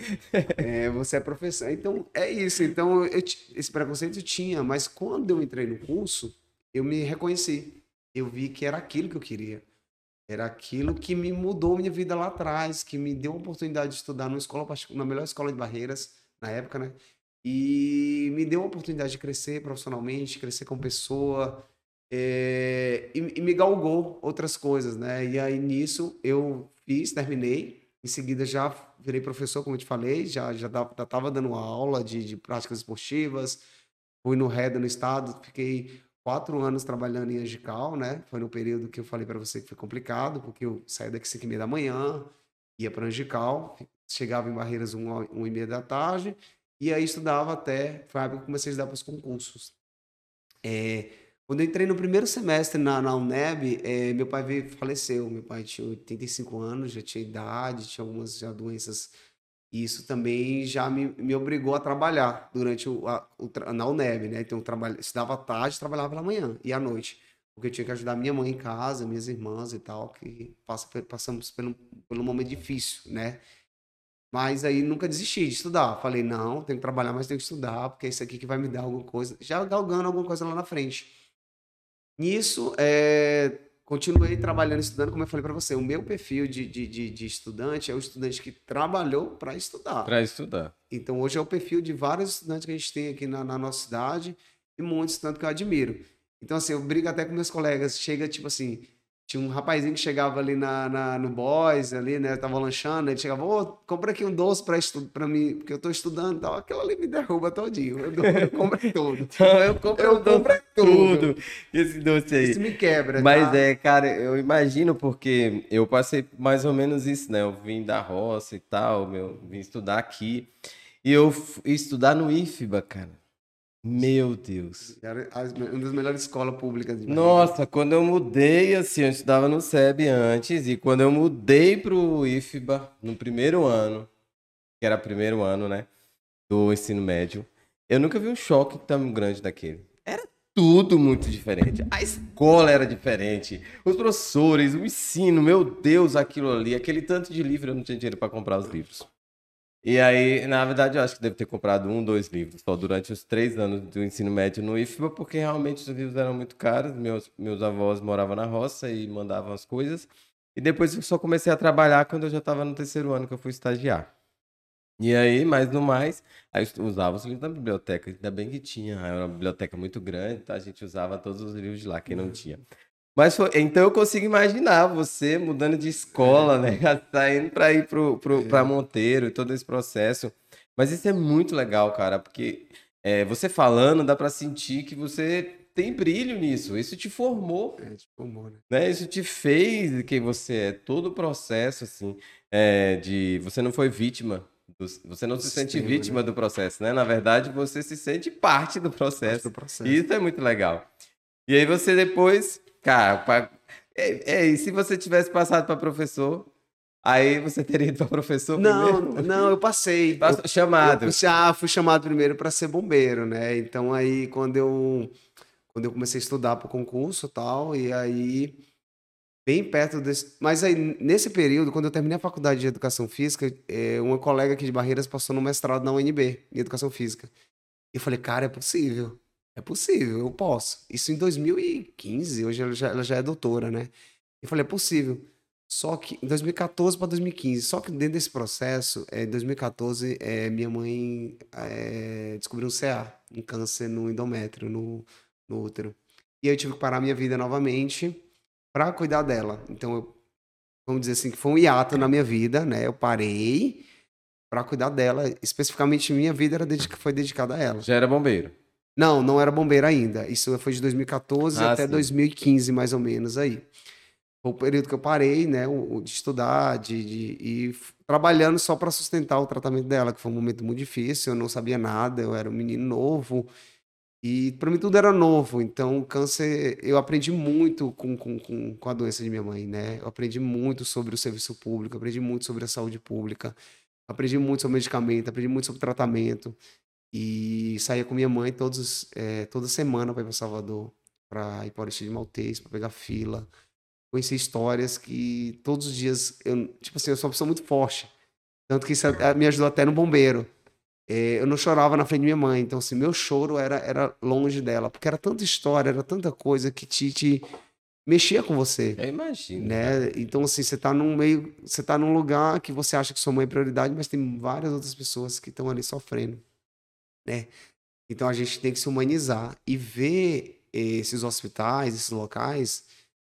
B: É, você é professor. Então, é isso. Então, eu, esse preconceito eu tinha, mas quando eu entrei no curso, eu me reconheci. Eu vi que era aquilo que eu queria. Era aquilo que me mudou minha vida lá atrás, que me deu a oportunidade de estudar numa escola, na melhor escola de Barreiras, na época, né? E me deu a oportunidade de crescer profissionalmente, crescer como pessoa, é, e, e me galgou outras coisas, né? E aí nisso eu fiz, terminei, em seguida já virei professor, como eu te falei, já já estava dando aula de, de práticas esportivas, fui no Reda no estado, fiquei quatro anos trabalhando em Angical, né? Foi no período que eu falei para você que foi complicado, porque eu saí daqui cinco e meia da manhã, ia para Angical, chegava em Barreiras uma, uma e meia da tarde, e aí estudava até, foi a época que eu comecei a estudar para os concursos. É, quando eu entrei no primeiro semestre na, na UNEB, é, meu pai veio, faleceu, meu pai tinha oitenta e cinco anos, já tinha idade, tinha algumas já doenças. Isso também já me, me obrigou a trabalhar durante o, a, o na UNEB, né? Então, eu trabalha, estudava à tarde, trabalhava pela manhã e à noite. Porque eu tinha que ajudar minha mãe em casa, minhas irmãs e tal, que passa, passamos por um, por um momento difícil, né? Mas aí nunca desisti de estudar. Falei, não, tenho que trabalhar, mas tenho que estudar, porque é isso aqui que vai me dar alguma coisa. Já galgando alguma coisa lá na frente. Nisso, é, continuei trabalhando, estudando, como eu falei para você. O meu perfil de, de, de, de estudante é o estudante que trabalhou para estudar.
A: Para estudar.
B: Então, hoje é o perfil de vários estudantes que a gente tem aqui na, na nossa cidade e muitos estudantes que eu admiro. Então, assim, eu brigo até com meus colegas. Chega, tipo assim, tinha um rapazinho que chegava ali na, na, no Boys, ali, né? Eu tava lanchando, ele chegava, ô, compra aqui um doce pra, estu pra mim, porque eu tô estudando e tal. Aquilo ali me derruba todinho. Eu, dou, eu compro tudo.
A: Então, eu compro, eu compro tudo. Esse doce aí.
B: Isso me quebra,
A: Mas
B: tá?
A: é, cara, eu imagino porque eu passei mais ou menos isso, né? Eu vim da roça e tal, meu, vim estudar aqui. E eu fui estudar no I F B A, cara. Meu Deus.
B: Era uma das melhores escolas públicas de Bahia.
A: Nossa, quando eu mudei, assim, eu estudava no S E B antes, e quando eu mudei pro I F B A, no primeiro ano, que era primeiro ano, né, do ensino médio, eu nunca vi um choque tão grande daquele. Era tudo muito diferente. A escola era diferente, os professores, o ensino, meu Deus, aquilo ali, aquele tanto de livro, eu não tinha dinheiro para comprar os livros. E aí, na verdade, eu acho que devo ter comprado um, dois livros só durante os três anos do ensino médio no I F B A, porque realmente os livros eram muito caros, meus, meus avós moravam na roça e mandavam as coisas. E depois eu só comecei a trabalhar quando eu já estava no terceiro ano que eu fui estagiar. E aí, mais no mais, aí eu usava os livros da biblioteca, ainda bem que tinha, era uma biblioteca muito grande, tá? A gente usava todos os livros de lá, quem não tinha. Mas foi, então eu consigo imaginar você mudando de escola, né? Saindo para ir pro, pro, para Monteiro, todo esse processo. Mas isso é muito legal, cara, porque é, você falando, dá para sentir que você tem brilho nisso. Isso te formou,
B: É, te formou, né?
A: né? Isso te fez quem você é. Todo o processo, assim, é, de você não foi vítima. Do, você não
B: Do
A: se sente
B: sistema,
A: vítima
B: né?
A: do processo, né? Na verdade, você se sente parte do processo.
B: Parte do processo.
A: E isso é muito legal. E aí você depois, cara, pra... é, é, e se você tivesse passado para professor, aí você teria ido para professor
B: Não,
A: primeiro?
B: não, eu passei.
A: Passou-
B: Eu,
A: chamado.
B: eu fui, ah, fui chamado primeiro para ser bombeiro, né? Então aí quando eu quando eu comecei a estudar para o concurso e tal, e aí bem perto desse, mas aí nesse período, quando eu terminei a faculdade de educação física, é, uma colega aqui de Barreiras passou no mestrado na U N B, em educação física. E eu falei, cara, é possível. É possível, eu posso. Isso em dois mil e quinze, hoje ela já, ela já é doutora, né? Eu falei, é possível. Só que em dois mil e quatorze para dois mil e quinze, só que dentro desse processo, é, em dois mil e quatorze, é, minha mãe é, descobriu um C A, um câncer no endométrio, no, no útero. E aí eu tive que parar minha vida novamente para cuidar dela. Então, eu, vamos dizer assim, que foi um hiato na minha vida, né? Eu parei para cuidar dela. Especificamente, minha vida era dedica, foi dedicada a ela.
A: Já era bombeiro.
B: Não, não era bombeiro ainda. Isso foi de dois mil e quatorze
A: Ah,
B: até
A: sim.
B: dois mil e quinze, mais ou menos, aí. Foi o período que eu parei, né, o- o de estudar, de, de e f- trabalhando só para sustentar o tratamento dela, que foi um momento muito difícil, eu não sabia nada, eu era um menino novo, e para mim tudo era novo. Então, o câncer, eu aprendi muito com, com, com, com a doença de minha mãe, né? Eu aprendi muito sobre o serviço público, aprendi muito sobre a saúde pública, aprendi muito sobre medicamento, aprendi muito sobre tratamento. E saía com minha mãe todos, eh, toda semana para ir para Salvador, para ir para Orixá de Maltês, para pegar fila. Conheci histórias que todos os dias, eu, tipo assim, eu sou uma pessoa muito forte. Tanto que isso eh, me ajudou até no bombeiro. Eh, eu não chorava na frente de minha mãe, então assim, meu choro era, era longe dela, porque era tanta história, era tanta coisa que te, te mexia com você,
A: Eu imagino, cara.
B: né? Então assim, você tá num meio, você tá num lugar que você acha que sua mãe é prioridade, mas tem várias outras pessoas que estão ali sofrendo, né? Então a gente tem que se humanizar e ver esses hospitais, esses locais,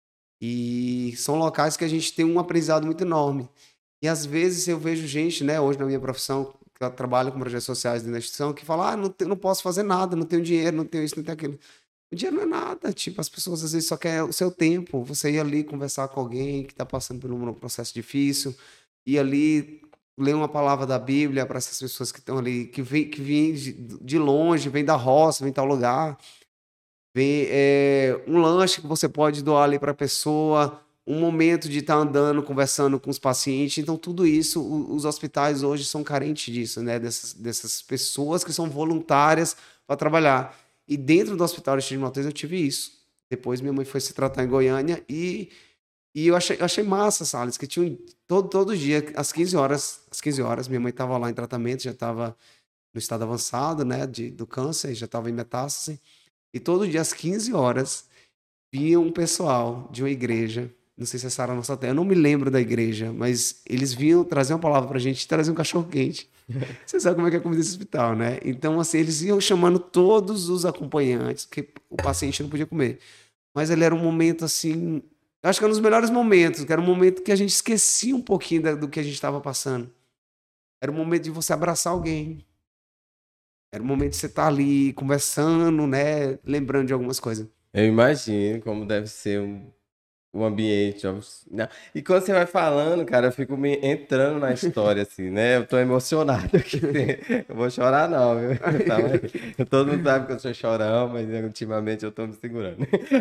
B: e são locais que a gente tem um aprendizado muito enorme. E às vezes eu vejo gente, né, hoje na minha profissão, que eu trabalho com projetos sociais dentro da instituição, que fala, ah, não, te- não posso fazer nada, não tenho dinheiro, não tenho isso, não tenho aquilo. O dinheiro não é nada, tipo, as pessoas às vezes só querem o seu tempo, você ir ali conversar com alguém que está passando por um processo difícil, ir ali ler uma palavra da Bíblia para essas pessoas que estão ali, que vêm que vêm de, de longe, vêm da roça, vêm de tal lugar, vem é, um lanche que você pode doar ali para a pessoa, um momento de estar andando, conversando com os pacientes. Então, tudo isso, o- os hospitais hoje são carentes disso, né? Dessas, dessas pessoas que são voluntárias para trabalhar. E dentro do Hospital Aristide Maltês eu tive isso. Depois minha mãe foi se tratar em Goiânia e, e eu achei, eu achei massa, Salles, que tinha um- todo, todo dia, às quinze horas, às quinze horas, minha mãe estava lá em tratamento, já estava no estado avançado, né, de, do câncer, já estava em metástase. E todo dia, às quinze horas, vinha um pessoal de uma igreja, não sei se é Sara Nossa Terra, eu não me lembro da igreja, mas eles vinham trazer uma palavra pra gente, trazer um cachorro quente. Você sabe como é que é a comida desse hospital, né? Então, assim, eles iam chamando todos os acompanhantes, porque o paciente não podia comer. Mas ele era um momento, assim, eu acho que era um dos melhores momentos, que era um momento que a gente esquecia um pouquinho da- do que a gente estava passando. Era o momento de você abraçar alguém. Era o momento de você estar ali conversando, né? Lembrando de algumas coisas.
A: Eu imagino como deve ser um, um ambiente. ó, não. E quando você vai falando, cara, eu fico me entrando na história, assim, né? Eu tô emocionado aqui. Eu vou chorar, não, viu? Calma aí. Todo mundo sabe que eu sou chorão, mas ultimamente eu tô me segurando.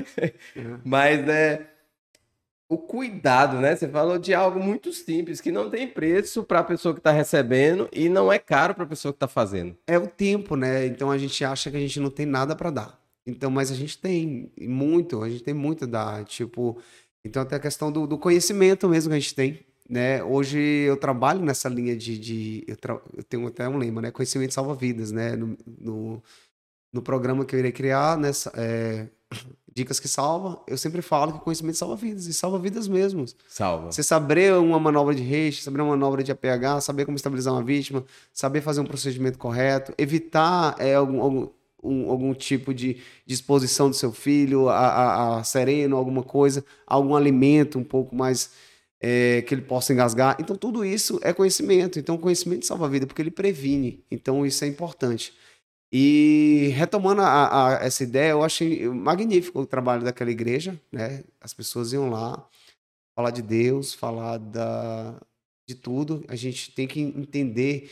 A: Mas é o cuidado, né? Você falou de algo muito simples, que não tem preço para a pessoa que está recebendo e não é caro para a pessoa que está fazendo.
B: É o tempo, né? Então a gente acha que a gente não tem nada para dar. Então, mas a gente tem muito, a gente tem muito da, tipo, então até a questão do, do conhecimento mesmo que a gente tem, né? Hoje eu trabalho nessa linha de, de eu, tra- eu tenho até um lema, né? Conhecimento salva vidas, né? No, no, no programa que eu irei criar, né? É, Dicas que Salva, eu sempre falo que conhecimento salva vidas, e salva vidas mesmo.
A: Salva.
B: Você saber uma manobra de Reish, saber uma manobra de A P H, saber como estabilizar uma vítima, saber fazer um procedimento correto, evitar é, algum, algum, um, algum tipo de, de exposição do seu filho a, a, a sereno, alguma coisa, algum alimento um pouco mais é, que ele possa engasgar. Então, tudo isso é conhecimento. Então, conhecimento salva a vida, porque ele previne. Então, isso é importante. E retomando a, a, essa ideia, eu achei magnífico o trabalho daquela igreja, né? As pessoas iam lá falar de Deus, falar da, de tudo. A gente tem que entender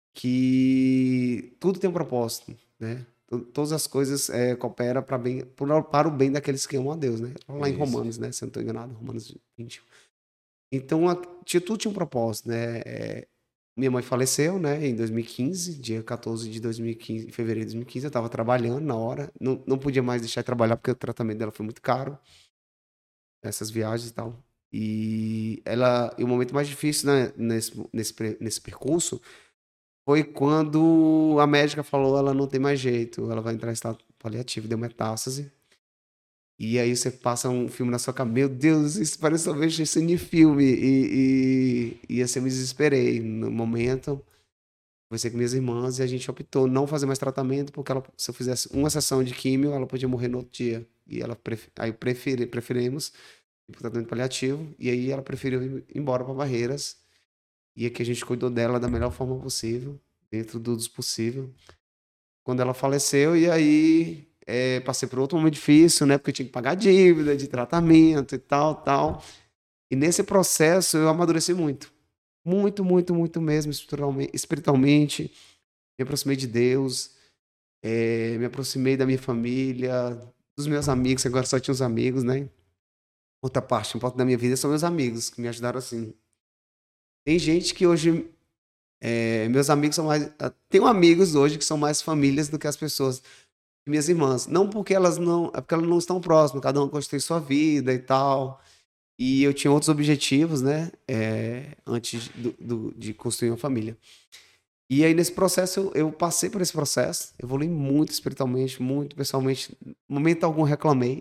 B: que tudo tem um propósito, né? Tu- Todas as coisas é, cooperam para bem, para para o bem daqueles que amam a Deus, né? Lá em
A: Isso.
B: Romanos, né? Se eu não estou enganado, Romanos vinte. Então, a, tinha, tudo tinha um propósito, né? É, minha mãe faleceu, né, em dois mil e quinze, dia quatorze de dois mil e quinze, em fevereiro de dois mil e quinze, eu estava trabalhando na hora, não, não podia mais deixar de trabalhar porque o tratamento dela foi muito caro, essas viagens e tal. E ela, e o momento mais difícil, né, nesse, nesse, pre- nesse percurso foi quando a médica falou, ela não tem mais jeito, ela vai entrar em estado paliativo, deu metástase. E aí você passa um filme na sua cabeça, meu Deus, isso parece talvez cena de filme. E, e, e assim eu me desesperei no momento. Conversei com minhas irmãs e a gente optou não fazer mais tratamento, porque ela, se eu fizesse uma sessão de químio, ela podia morrer no outro dia. E ela pref... aí preferi, preferimos ir pro tratamento paliativo, e aí ela preferiu ir embora para Barreiras. E aqui a gente cuidou dela da melhor forma possível, dentro do dos possível. Quando ela faleceu, e aí é, passei por outro momento difícil, né? Porque eu tinha que pagar dívida de tratamento e tal, tal. E nesse processo eu amadureci muito. Muito, muito, muito mesmo, espiritualmente. espiritualmente Me aproximei de Deus, eh, me aproximei da minha família, dos meus amigos, que agora só tinha os amigos, né? Outra parte importante da minha vida são meus amigos, que me ajudaram assim. Tem gente que hoje, eh, meus amigos são mais. ah, Tenho amigos hoje que são mais famílias do que as pessoas, minhas irmãs. Não porque elas não. É porque elas não estão próximas, cada uma construiu sua vida e tal. E eu tinha outros objetivos, né? eh, antes do- do- de construir uma família. E aí, nesse processo, eu, eu passei por esse processo, evolui muito espiritualmente, muito pessoalmente. Momento algum reclamei,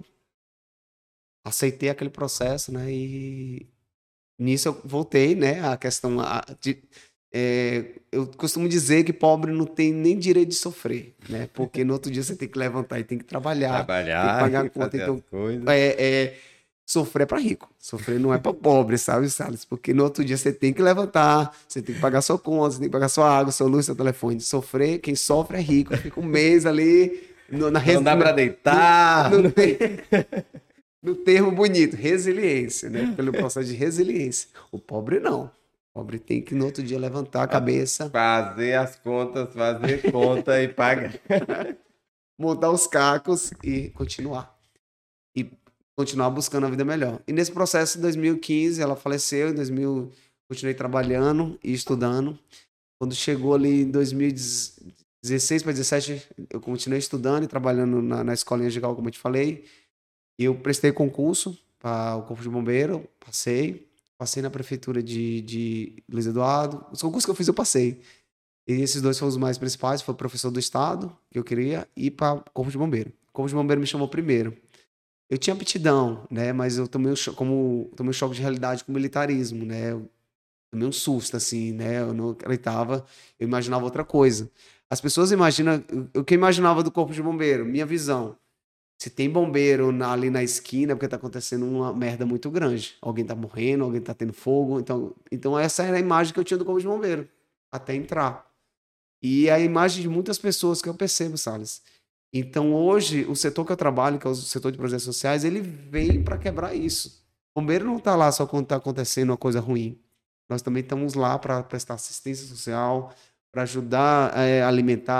B: aceitei aquele processo, né? E nisso eu voltei, né? A questão a- de. é, eu costumo dizer que pobre não tem nem direito de sofrer, né? Porque no outro dia você tem que levantar e tem que trabalhar, tem que
A: Trabalhar
B: pagar a
A: e
B: conta.
A: fazer as
B: Então,
A: coisas.
B: é, é, sofrer é para rico. Sofrer não é para pobre, sabe, Salles? Porque no outro dia você tem que levantar, você tem que pagar sua conta, você tem que pagar sua água, sua luz, seu telefone. Sofrer, quem sofre é rico, fica um mês ali no, na,
A: Não
B: res-
A: dá
B: na-
A: para deitar.
B: no, no,
A: não-
B: te- no termo bonito, resiliência, né? Pelo processo de resiliência. O pobre não. O pobre tem que no outro dia levantar a cabeça,
A: Fazer as contas, fazer conta e pagar.
B: montar os cacos e continuar. E continuar buscando a vida melhor. E nesse processo, em dois mil e quinze, ela faleceu, em dois mil continuei trabalhando e estudando. Quando chegou ali em dois mil e dezesseis para dezessete, eu continuei estudando e trabalhando na, na escolinha de Gal, como eu te falei. Eu prestei concurso para o Corpo de Bombeiro, passei. Passei na prefeitura de, de Luiz Eduardo. Os concursos que eu fiz, eu passei. E esses dois foram os mais principais. Foi o professor do Estado, que eu queria, e para o Corpo de Bombeiro. O Corpo de Bombeiro me chamou primeiro. Eu tinha aptidão, né? Mas eu tomei um, cho- como, tomei um choque de realidade com o militarismo, né? Eu tomei um susto, assim, né? Eu não acreditava, eu imaginava outra coisa. As pessoas imaginam, o que eu imaginava do corpo de bombeiro, minha visão. Se tem bombeiro na- ali na esquina, é porque tá acontecendo uma merda muito grande. Alguém tá morrendo, alguém tá tendo fogo. Então, então essa era a imagem que eu tinha do corpo de bombeiro, até entrar. E é a imagem de muitas pessoas que eu percebo, Salles. Então, hoje, o setor que eu trabalho, que é o setor de projetos sociais, ele vem para quebrar isso. O bombeiro não está lá só quando está acontecendo uma coisa ruim. Nós também estamos lá para prestar assistência social, para ajudar é, a alimentar,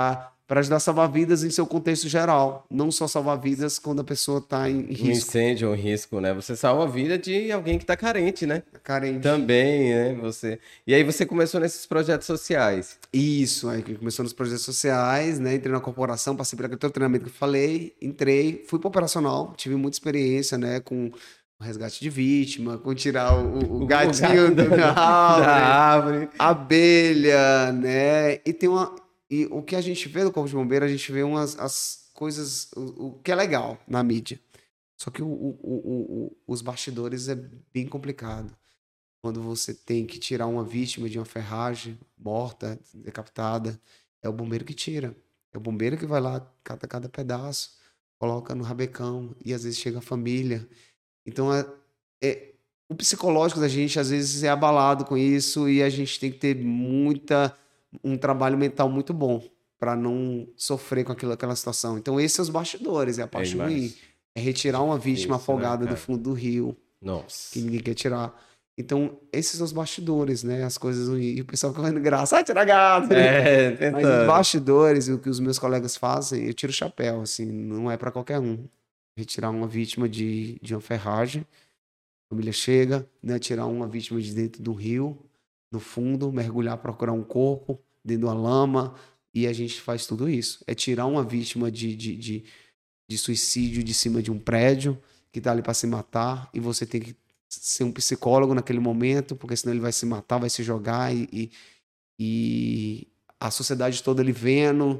B: para ajudar a salvar vidas em seu contexto geral, não só salvar vidas quando a pessoa está em risco.
A: Um incêndio ou um risco, né? Você salva a vida de alguém que está carente, né?
B: Carente.
A: Também, né? Você... E aí você começou nesses projetos sociais.
B: Isso, aí começou nos projetos sociais, né? Entrei na corporação, passei por aquele treinamento que eu falei, entrei, fui para operacional, tive muita experiência, né? Com resgate de vítima, com tirar o, o, o gatinho
A: gato
B: da,
A: da,
B: árvore,
A: da árvore,
B: abelha, né? E tem uma, e o que a gente vê do Corpo de Bombeiro, a gente vê umas as coisas, o, o que é legal na mídia. Só que o, o, o, o, os bastidores é bem complicado. Quando você tem que tirar uma vítima de uma ferragem morta, decapitada, é o bombeiro que tira. É o bombeiro que vai lá, cata cada pedaço, coloca no rabecão e às vezes chega a família. Então, é, é, o psicológico da gente às vezes é abalado com isso e a gente tem que ter muita, um trabalho mental muito bom para não sofrer com aquilo, aquela situação. Então, esses são os bastidores, é a parte ruim. É retirar uma vítima
A: Isso,
B: afogada
A: né,
B: do fundo do rio,
A: Nossa.
B: que ninguém quer tirar. Então, esses são os bastidores, né? As coisas ruins. E o pessoal fica vendo graça, ah, tira gato.
A: É,
B: mas os bastidores, o que os meus colegas fazem, eu tiro o chapéu, assim, não é para qualquer um. Retirar uma vítima de, de uma ferragem, a família chega, né? Tirar uma vítima de dentro do rio, no fundo, mergulhar, procurar um corpo dentro da lama, e a gente faz tudo isso. É tirar uma vítima de, de, de, de suicídio de cima de um prédio, que tá ali para se matar, e você tem que ser um psicólogo naquele momento, porque senão ele vai se matar, vai se jogar, e, e, e a sociedade toda ali vendo.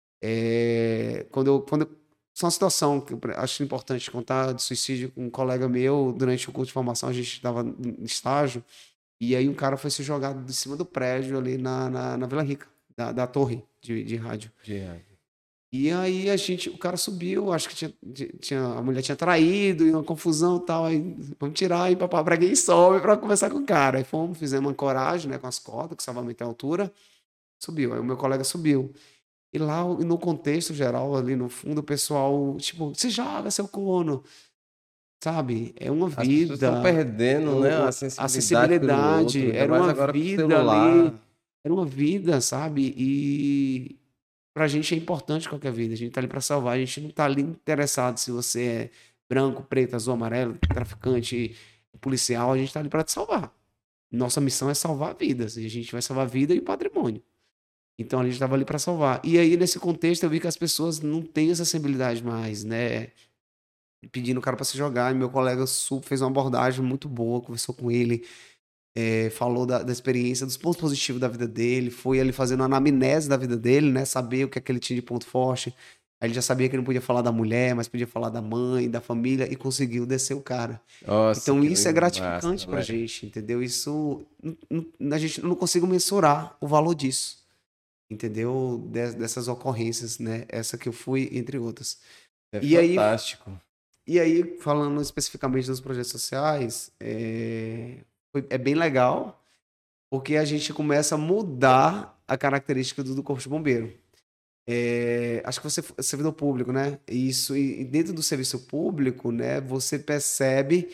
B: É, quando eu... Quando eu Só uma situação que eu acho importante contar de suicídio com um colega meu, durante o curso de formação, a gente estava em estágio, e aí um cara foi se jogado de cima do prédio ali na, na, na Vila Rica, da, da torre de, de rádio.
A: De rádio.
B: E aí a gente, o cara subiu, acho que tinha, tinha, a mulher tinha traído, e uma confusão e tal, aí vamos tirar, e papai pra quem sobe pra conversar com o cara. Aí fomos, fizemos uma coragem, né, com as cordas, com salvamento em altura, subiu, aí o meu colega subiu. E lá, no contexto geral, ali no fundo, o pessoal, tipo, se joga, seu corno, sabe? É uma
A: As pessoas estão
B: vida,
A: perdendo, né, a
B: a
A: sensibilidade,
B: sensibilidade,
A: pelo outro,
B: era
A: ainda mais
B: uma
A: agora com o
B: vida
A: celular.
B: ali, era uma vida, sabe? E pra gente é importante qualquer vida, a gente tá ali pra salvar, a gente não tá ali interessado se você é branco, preto, azul, amarelo, traficante, policial, a gente tá ali pra te salvar. Nossa missão é salvar vidas, e a gente vai salvar a vida e o patrimônio. Então a gente estava ali para salvar. E aí, nesse contexto, eu vi que as pessoas não têm essa sensibilidade mais, né? Pedindo o cara para se jogar. E meu colega Sul fez uma abordagem muito boa, conversou com ele, é, falou da, da experiência, dos pontos positivos da vida dele, foi ali fazendo uma anamnese da vida dele, né? Saber o que é que ele tinha de ponto forte. Aí ele já sabia que ele não podia falar da mulher, mas podia falar da mãe, da família, e conseguiu descer o cara.
A: Nossa,
B: então isso é gratificante
A: massa,
B: pra
A: né?
B: gente, entendeu? Isso, a gente não consigo mensurar o valor disso. Entendeu? Dessas ocorrências, né? Essa que eu fui, entre outras.
A: É
B: e
A: fantástico.
B: Aí, e aí, falando especificamente dos projetos sociais, é, foi, é bem legal, porque a gente começa a mudar a característica do, do Corpo de Bombeiro. É, acho que você é servidor público, né? Isso, e dentro do serviço público, né? Você percebe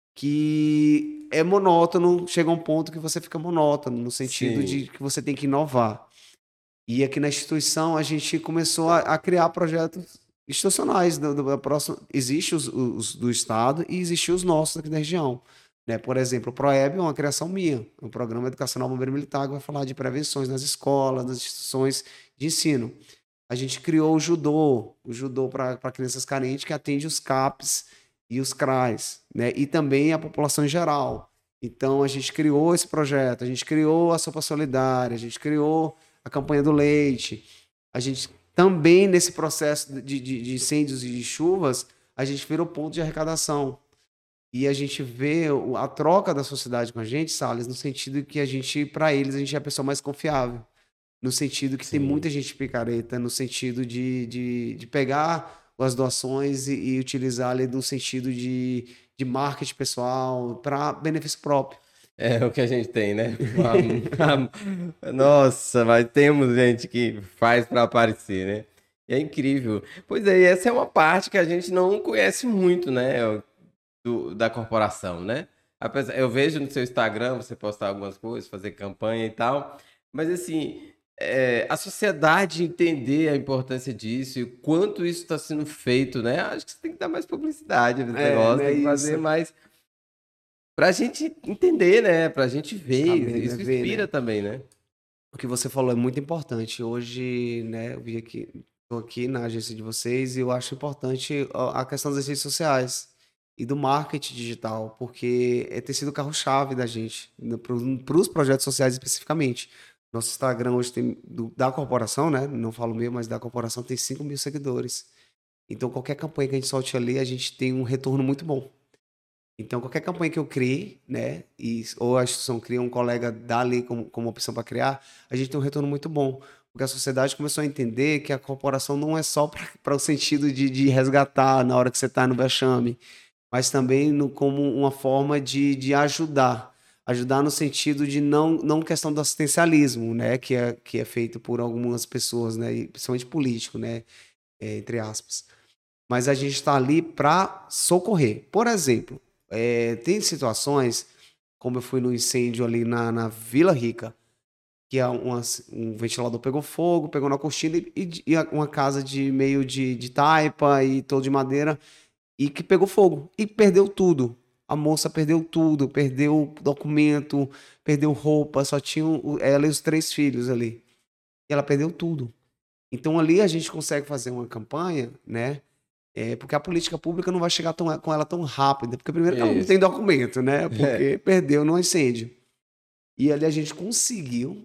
B: que é monótono, chega a um ponto que você fica monótono, no sentido
A: Sim.
B: de que você tem que inovar. E aqui na instituição a gente começou a, a criar projetos institucionais. Do, do, próximo, existe os, os do Estado e existe os nossos aqui da região. Né? Por exemplo, o PROEB é uma criação minha, um programa educacional bombeiro militar que vai falar de prevenções nas escolas, nas instituições de ensino. A gente criou o judô, o judô para crianças carentes, que atende os CAPs e os CRAs, né? E também a população em geral. Então a gente criou esse projeto, a gente criou a Sopa Solidária, a gente criou a campanha do leite. A gente também, nesse processo de, de, de incêndios e de chuvas, a gente virou ponto de arrecadação. E a gente vê a troca da sociedade com a gente, Salles, no sentido que a gente, para eles, a gente é a pessoa mais confiável. No sentido que Sim. tem muita gente picareta, no sentido de, de, de pegar as doações e, e utilizar ali no sentido de, de marketing pessoal para benefício próprio.
A: É o que a gente tem, né? Nossa, mas temos gente que faz para aparecer, né? É incrível. Pois é, essa é uma parte que a gente não conhece muito, né? Do, da corporação, né? Apesar, eu vejo no seu Instagram você postar algumas coisas, fazer campanha e tal, mas assim, é, a sociedade entender a importância disso e o quanto isso está sendo feito, né? Acho que você tem que dar mais publicidade nesse
B: É,
A: negócio,
B: não é
A: tem que fazer
B: isso.
A: mais pra gente entender, né? Pra gente ver.
B: Saber, né?
A: Isso
B: Ver,
A: inspira
B: né?
A: também, né?
B: O que você falou é muito importante. Hoje, né, eu vi aqui, tô aqui na agência de vocês e eu acho importante a a questão das redes sociais e do marketing digital, porque é ter sido o carro-chave da gente, para os projetos sociais especificamente. Nosso Instagram hoje tem, do- da corporação, né? Não falo meu, mas da corporação tem cinco mil seguidores. Então, qualquer campanha que a gente solte ali, a gente tem um retorno muito bom. Então, qualquer campanha que eu crie, né, e, ou a instituição cria, um colega dá ali como, como opção para criar, a gente tem um retorno muito bom. Porque a sociedade começou a entender que a corporação não é só para o sentido de, de resgatar na hora que você está no vexame, mas também no, como uma forma de, de ajudar. Ajudar no sentido de não, não questão do assistencialismo, né, que é, que é feito por algumas pessoas, né, e principalmente político, né, é, entre aspas. Mas a gente está ali para socorrer. Por exemplo, é, tem situações, como eu fui no incêndio ali na, na Vila Rica, que é uma- um ventilador pegou fogo, pegou na cortina e, e- e uma casa de meio de, de taipa e todo de madeira, e que pegou fogo e perdeu tudo. A moça perdeu tudo, perdeu documento, perdeu roupa, só tinha o- ela e os três filhos ali. E ela perdeu tudo. Então ali a gente consegue fazer uma campanha, né? É, porque a política pública não vai chegar tão, com ela tão rápida, porque primeiro que ela não
A: Isso.
B: tem documento, né?
A: É.
B: Porque perdeu no incêndio. E ali a gente conseguiu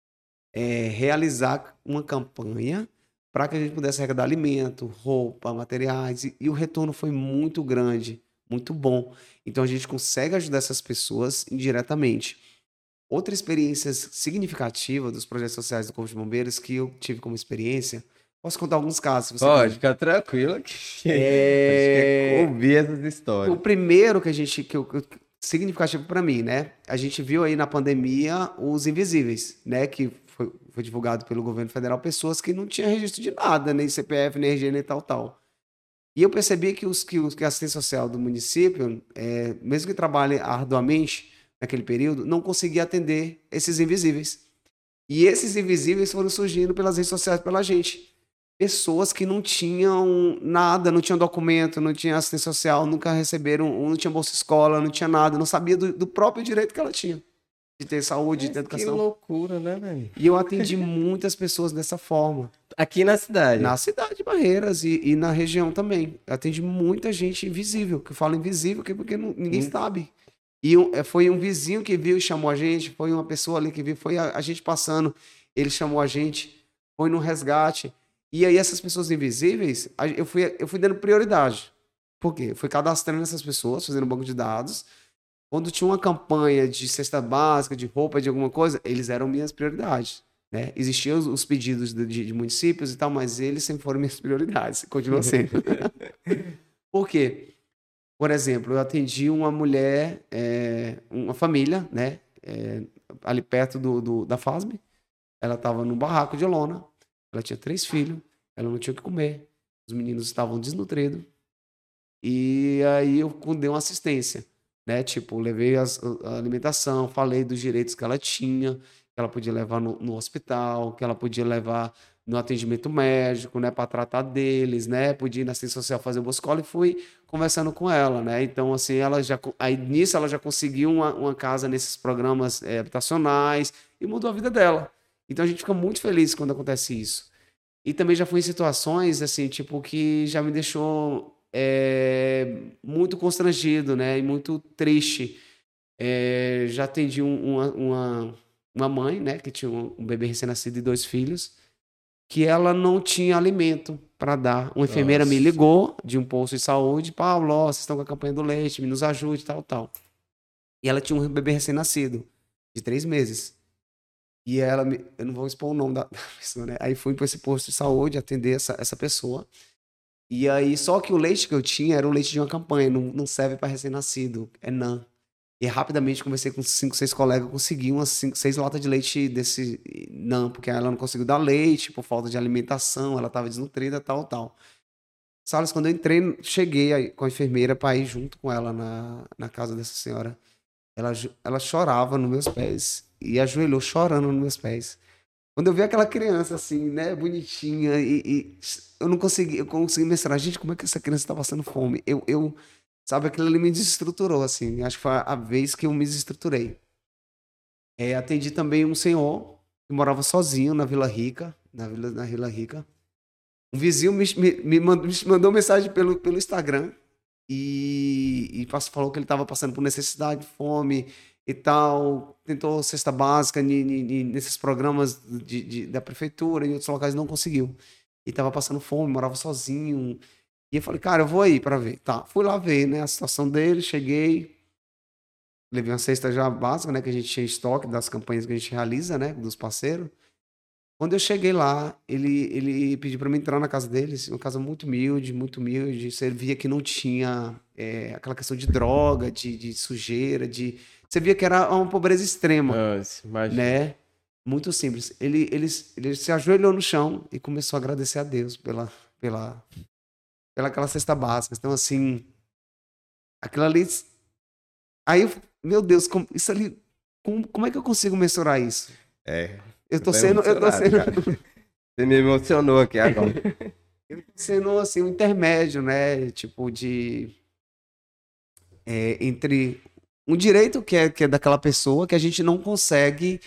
B: é, realizar uma campanha para que a gente pudesse arrecadar alimento, roupa, materiais, e, e o retorno foi muito grande, muito bom. Então a gente consegue ajudar essas pessoas indiretamente. Outra experiência significativa dos projetos sociais do Corpo de Bombeiros que eu tive como experiência, posso contar alguns casos, se você
A: Pode
B: quiser.
A: ficar tranquilo que a gente quer
B: É,
A: ouvir essas
B: o
A: histórias.
B: primeiro que a gente que eu, que eu- significativo para mim, né? A gente viu aí na pandemia os invisíveis, né? Que foi, foi divulgado pelo governo federal, pessoas que não tinham registro de nada, nem C P F, nem R G, nem tal, tal. E eu percebi que os que, os, que a assistência social do município, é, mesmo que trabalhe arduamente naquele período, não conseguia atender esses invisíveis. E esses invisíveis foram surgindo pelas redes sociais pela gente. Pessoas que não tinham nada, não tinham documento, não tinham assistência social, nunca receberam, não tinha bolsa escola, não tinha nada, não sabia do, do próprio direito que ela tinha, de ter saúde, de ter
A: Mas que
B: educação.
A: loucura, né, velho?
B: E eu atendi muitas pessoas dessa forma,
A: Aqui na cidade.
B: na cidade de Barreiras e, e na região também. Eu atendi muita gente invisível, que fala invisível que- porque não- ninguém
A: Hum.
B: sabe. E um- é, foi um vizinho que viu e chamou a gente, foi uma pessoa ali que viu, foi a, a gente passando, ele chamou a gente, foi no resgate. E aí essas pessoas invisíveis, a- eu fui, eu fui dando prioridade. Por quê? Eu fui cadastrando essas pessoas, fazendo um banco de dados. Quando tinha uma campanha de cesta básica, de roupa, de alguma coisa, eles eram minhas prioridades. Né? Existiam os, os pedidos de, de- de municípios e tal, mas eles sempre foram minhas prioridades, continua sendo. Por quê? Por exemplo, eu atendi uma mulher, é, uma família, né, é, ali perto do, do- da FASB. Ela estava num barraco de lona, ela tinha três filhos, ela não tinha o que comer, os meninos estavam desnutridos, e aí eu dei uma assistência, né? Tipo, levei as- a alimentação, falei dos direitos que ela tinha, que ela podia levar no, no hospital, que ela podia levar no atendimento médico, né? Para tratar deles, né? Podia ir na assistência social fazer uma escola e fui conversando com ela, né? Então, assim, ela já, co- aí nisso ela já conseguiu uma, uma casa nesses programas eh, habitacionais e mudou a vida dela. Então a gente fica muito feliz quando acontece isso. E também já fui em situações, assim, tipo, que já me deixou é, muito constrangido, né? E muito triste. É, já atendi um- uma, uma, uma mãe, né? Que tinha um, um bebê recém-nascido e dois filhos, que ela não tinha alimento para dar. Uma enfermeira me
A: Nossa.
B: ligou de um posto de saúde, Paulo, ó, vocês estão com a campanha do leite, me nos ajude, tal, tal. E ela tinha um bebê recém-nascido, de três meses. E ela, me, eu não vou expor o nome da, da pessoa, né? Aí fui para esse posto de saúde atender essa, essa pessoa. E aí, só que o leite que eu tinha era o leite de uma campanha, não, não serve para recém-nascido, é NAN. E rapidamente conversei com cinco, seis colegas, consegui umas cinco, seis latas de leite desse NAN, porque ela não conseguiu dar leite por falta de alimentação, ela estava desnutrida, tal, tal. Salles, quando eu entrei, cheguei aí com a enfermeira para ir junto com ela na, na casa dessa senhora. Ela, ela chorava nos meus pés e ajoelhou chorando nos meus pés. Quando eu vi aquela criança assim, né, bonitinha, e, e eu não consegui, eu consegui mensurar, gente, como é que essa criança tá passando fome? Eu, eu sabe, aquilo ali me desestruturou, assim, acho que foi a vez que eu me desestruturei. É, atendi também um senhor que morava sozinho na Vila Rica, na Vila, na Vila Rica. Um vizinho me, me, me mandou, me mandou mensagem pelo, pelo Instagram e, e falou que ele estava passando por necessidade, fome e tal. Tentou cesta básica ni, ni, ni, nesses programas de, de, da prefeitura, em outros locais não conseguiu. E estava passando fome, morava sozinho. E eu falei, cara, eu vou aí para ver. Tá, fui lá ver, né, a situação dele, cheguei, levei uma cesta já básica, né, que a gente tinha estoque das campanhas que a gente realiza, né, dos parceiros. Quando eu cheguei lá, ele, ele pediu para mim entrar na casa deles, uma casa muito humilde, muito humilde. Você via que não tinha é, aquela questão de droga, de, de sujeira, de... Você via que era uma pobreza extrema,
A: Nossa, imagina.
B: né? Muito simples. Ele, ele, ele se ajoelhou no chão e começou a agradecer a Deus pela, pela, pela aquela cesta básica. Então, assim, aquilo ali... Aí, eu, meu Deus, como, isso ali... Como, como é que eu consigo mensurar isso?
A: É.
B: Eu tô sendo... Eu tô sendo...
A: Você me emocionou aqui agora.
B: Eu tô sendo, assim, um intermédio, né? Tipo, de... É, entre um direito que é, que é daquela pessoa que a gente não consegue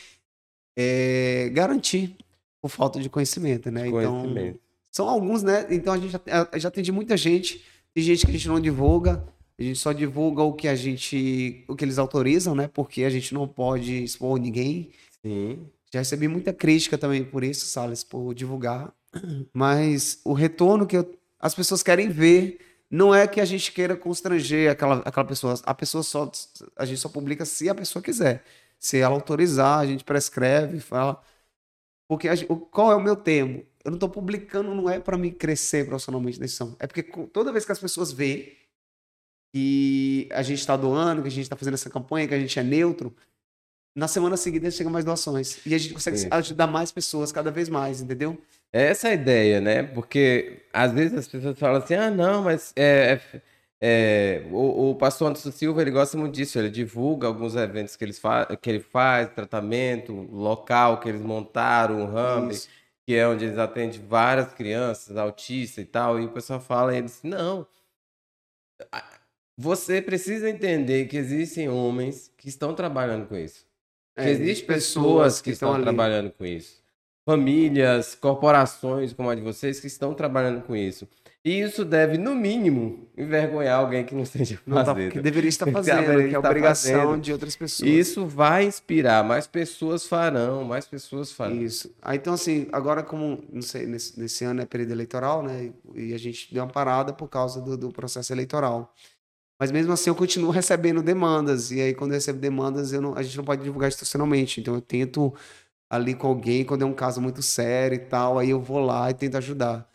B: é, garantir por falta de conhecimento, né?
A: Conhecimento.
B: Então, são alguns, né? Então, a gente já, já atende muita gente. Tem gente que a gente não divulga. A gente só divulga o que a gente... O que eles autorizam, né? Porque a gente não pode expor ninguém.
A: Sim.
B: Já recebi muita crítica também por isso, Salles, por divulgar. Mas o retorno que eu, as pessoas querem ver não é que a gente queira constranger aquela, aquela pessoa. A pessoa só... A gente só publica se a pessoa quiser. Se ela autorizar, a gente prescreve, fala... Porque a gente, qual é o meu termo? Eu não estou publicando, não é para me crescer profissionalmente na edição. É porque toda vez que as pessoas veem que a gente está doando, que a gente está fazendo essa campanha, que a gente é neutro, na semana seguinte chegam mais doações. E a gente consegue Sim. ajudar mais pessoas cada vez mais, entendeu?
A: Essa é a ideia, né? Porque às vezes as pessoas falam assim, ah, não, mas é, é, é, o, o pastor Anderson Silva, ele gosta muito disso, ele divulga alguns eventos que, eles fa que ele faz, tratamento, local que eles montaram, um hub, Isso. que é onde eles atendem várias crianças, autistas e tal, e o pessoal fala, eles, não, você precisa entender que existem homens que estão trabalhando com isso. Que é, existem pessoas que, que estão, estão trabalhando com isso. Famílias, corporações como a de vocês que estão trabalhando com isso. E isso deve, no mínimo, envergonhar alguém que não esteja fazendo.
B: Que deveria estar fazendo, que é a obrigação fazendo. de outras pessoas.
A: E isso vai inspirar, mais pessoas farão, mais pessoas farão.
B: Isso. Ah, então, assim, agora como, não sei, nesse, nesse ano é período eleitoral, né? E a gente deu uma parada por causa do, do processo eleitoral. Mas mesmo assim eu continuo recebendo demandas. E aí, quando eu recebo demandas, eu não, a gente não pode divulgar institucionalmente. Então eu tento ali com alguém, quando é um caso muito sério e tal, aí eu vou lá e tento ajudar.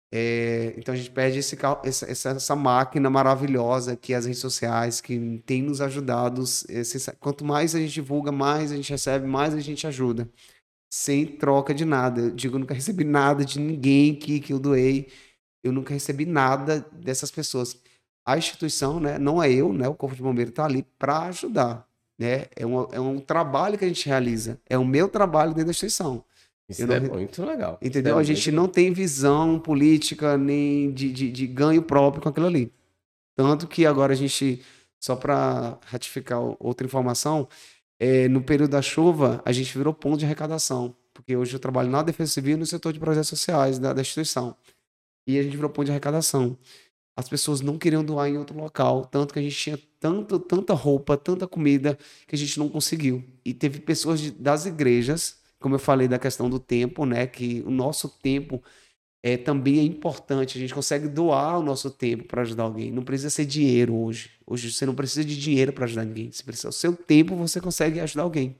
B: É, então a gente perde esse, essa, essa máquina maravilhosa que é as redes sociais, que tem nos ajudado. Esse, quanto mais a gente divulga, mais a gente recebe, mais a gente ajuda. Sem troca de nada. Eu digo, eu nunca recebi nada de ninguém que, que eu doei. Eu nunca recebi nada dessas pessoas. A instituição, né, não é eu, né, o Corpo de Bombeiro está ali para ajudar. Né? É, um, é um trabalho que a gente realiza. É o meu trabalho dentro da instituição.
A: Isso não, é muito legal.
B: Entendeu?
A: É
B: a gente
A: legal.
B: não tem visão política nem de, de, de ganho próprio com aquilo ali. Tanto que agora a gente, só para ratificar outra informação, é, no período da chuva, a gente virou ponto de arrecadação. Porque hoje eu trabalho na Defesa Civil e no setor de projetos sociais da, da instituição. E a gente virou ponto de arrecadação. As pessoas não queriam doar em outro local, tanto que a gente tinha tanto, tanta roupa, tanta comida, que a gente não conseguiu. E teve pessoas de, das igrejas, como eu falei da questão do tempo, né, que o nosso tempo é, também é importante, a gente consegue doar o nosso tempo para ajudar alguém. Não precisa ser dinheiro hoje. Hoje você não precisa de dinheiro para ajudar ninguém. Você precisa, o seu tempo você consegue ajudar alguém.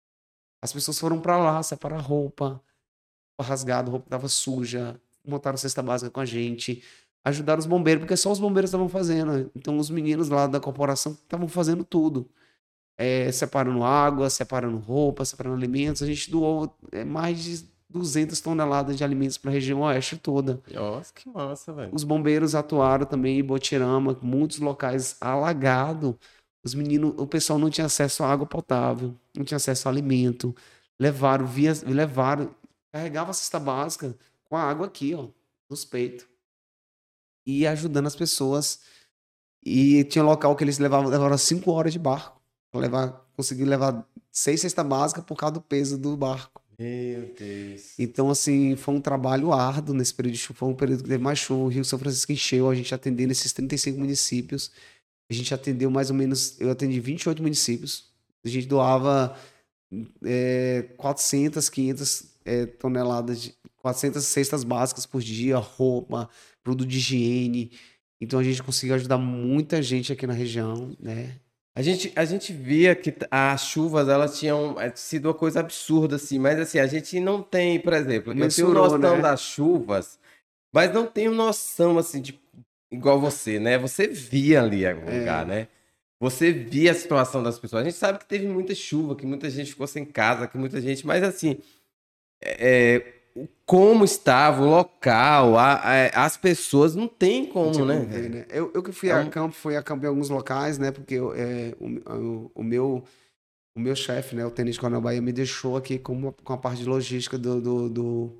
B: As pessoas foram para lá, separar roupa, rasgado, roupa estava suja, montaram cesta básica com a gente, ajudar os bombeiros, porque só os bombeiros estavam fazendo. Então, os meninos lá da corporação estavam fazendo tudo. É, separando água, separando roupa, separando alimentos. A gente doou é, mais de duzentas toneladas de alimentos para a região oeste toda.
A: Nossa, que massa, velho.
B: Os bombeiros atuaram também em Botirama, muitos locais alagados. Os meninos, o pessoal não tinha acesso à água potável, não tinha acesso a alimento. Levaram, via, levaram carregava a cesta básica com a água aqui, ó, nos peitos. E ia ajudando as pessoas. E tinha local que eles levavam, levaram cinco horas de barco. Pra levar, conseguir levar seis cestas básicas por causa do peso do barco.
A: Meu Deus.
B: Então, assim, foi um trabalho árduo nesse período de chuva. Foi um período que teve mais chuva. O Rio São Francisco encheu, a gente atendendo esses trinta e cinco municípios. A gente atendeu mais ou menos, eu atendi vinte e oito municípios. A gente doava é, quatrocentas, quinhentas é, toneladas, de, quatrocentas cestas básicas por dia, roupa, produto de higiene. Então a gente conseguiu ajudar muita gente aqui na região, né?
A: A gente, a gente via que as chuvas, elas tinham é, sido uma coisa absurda, assim, mas assim, a gente não tem, por exemplo, eu tenho
B: Mensurou,
A: noção
B: né?
A: das chuvas, mas não tenho noção, assim, de igual você, né? Você via ali o lugar, né? Você via a situação das pessoas. A gente sabe que teve muita chuva, que muita gente ficou sem casa, que muita gente, mas assim, é, o- como estava o local, a- a- as pessoas, não tem
B: Não
A: como,
B: tinha
A: né?
B: como ver, né? Eu, eu que fui
A: É
B: a
A: um-
B: campo, fui a campo em alguns locais, né? Porque eu, é, o, o, o meu, o meu chefe, né? O Tenente Coronel Bahia, me deixou aqui com, uma- com a parte de logística do, do, do-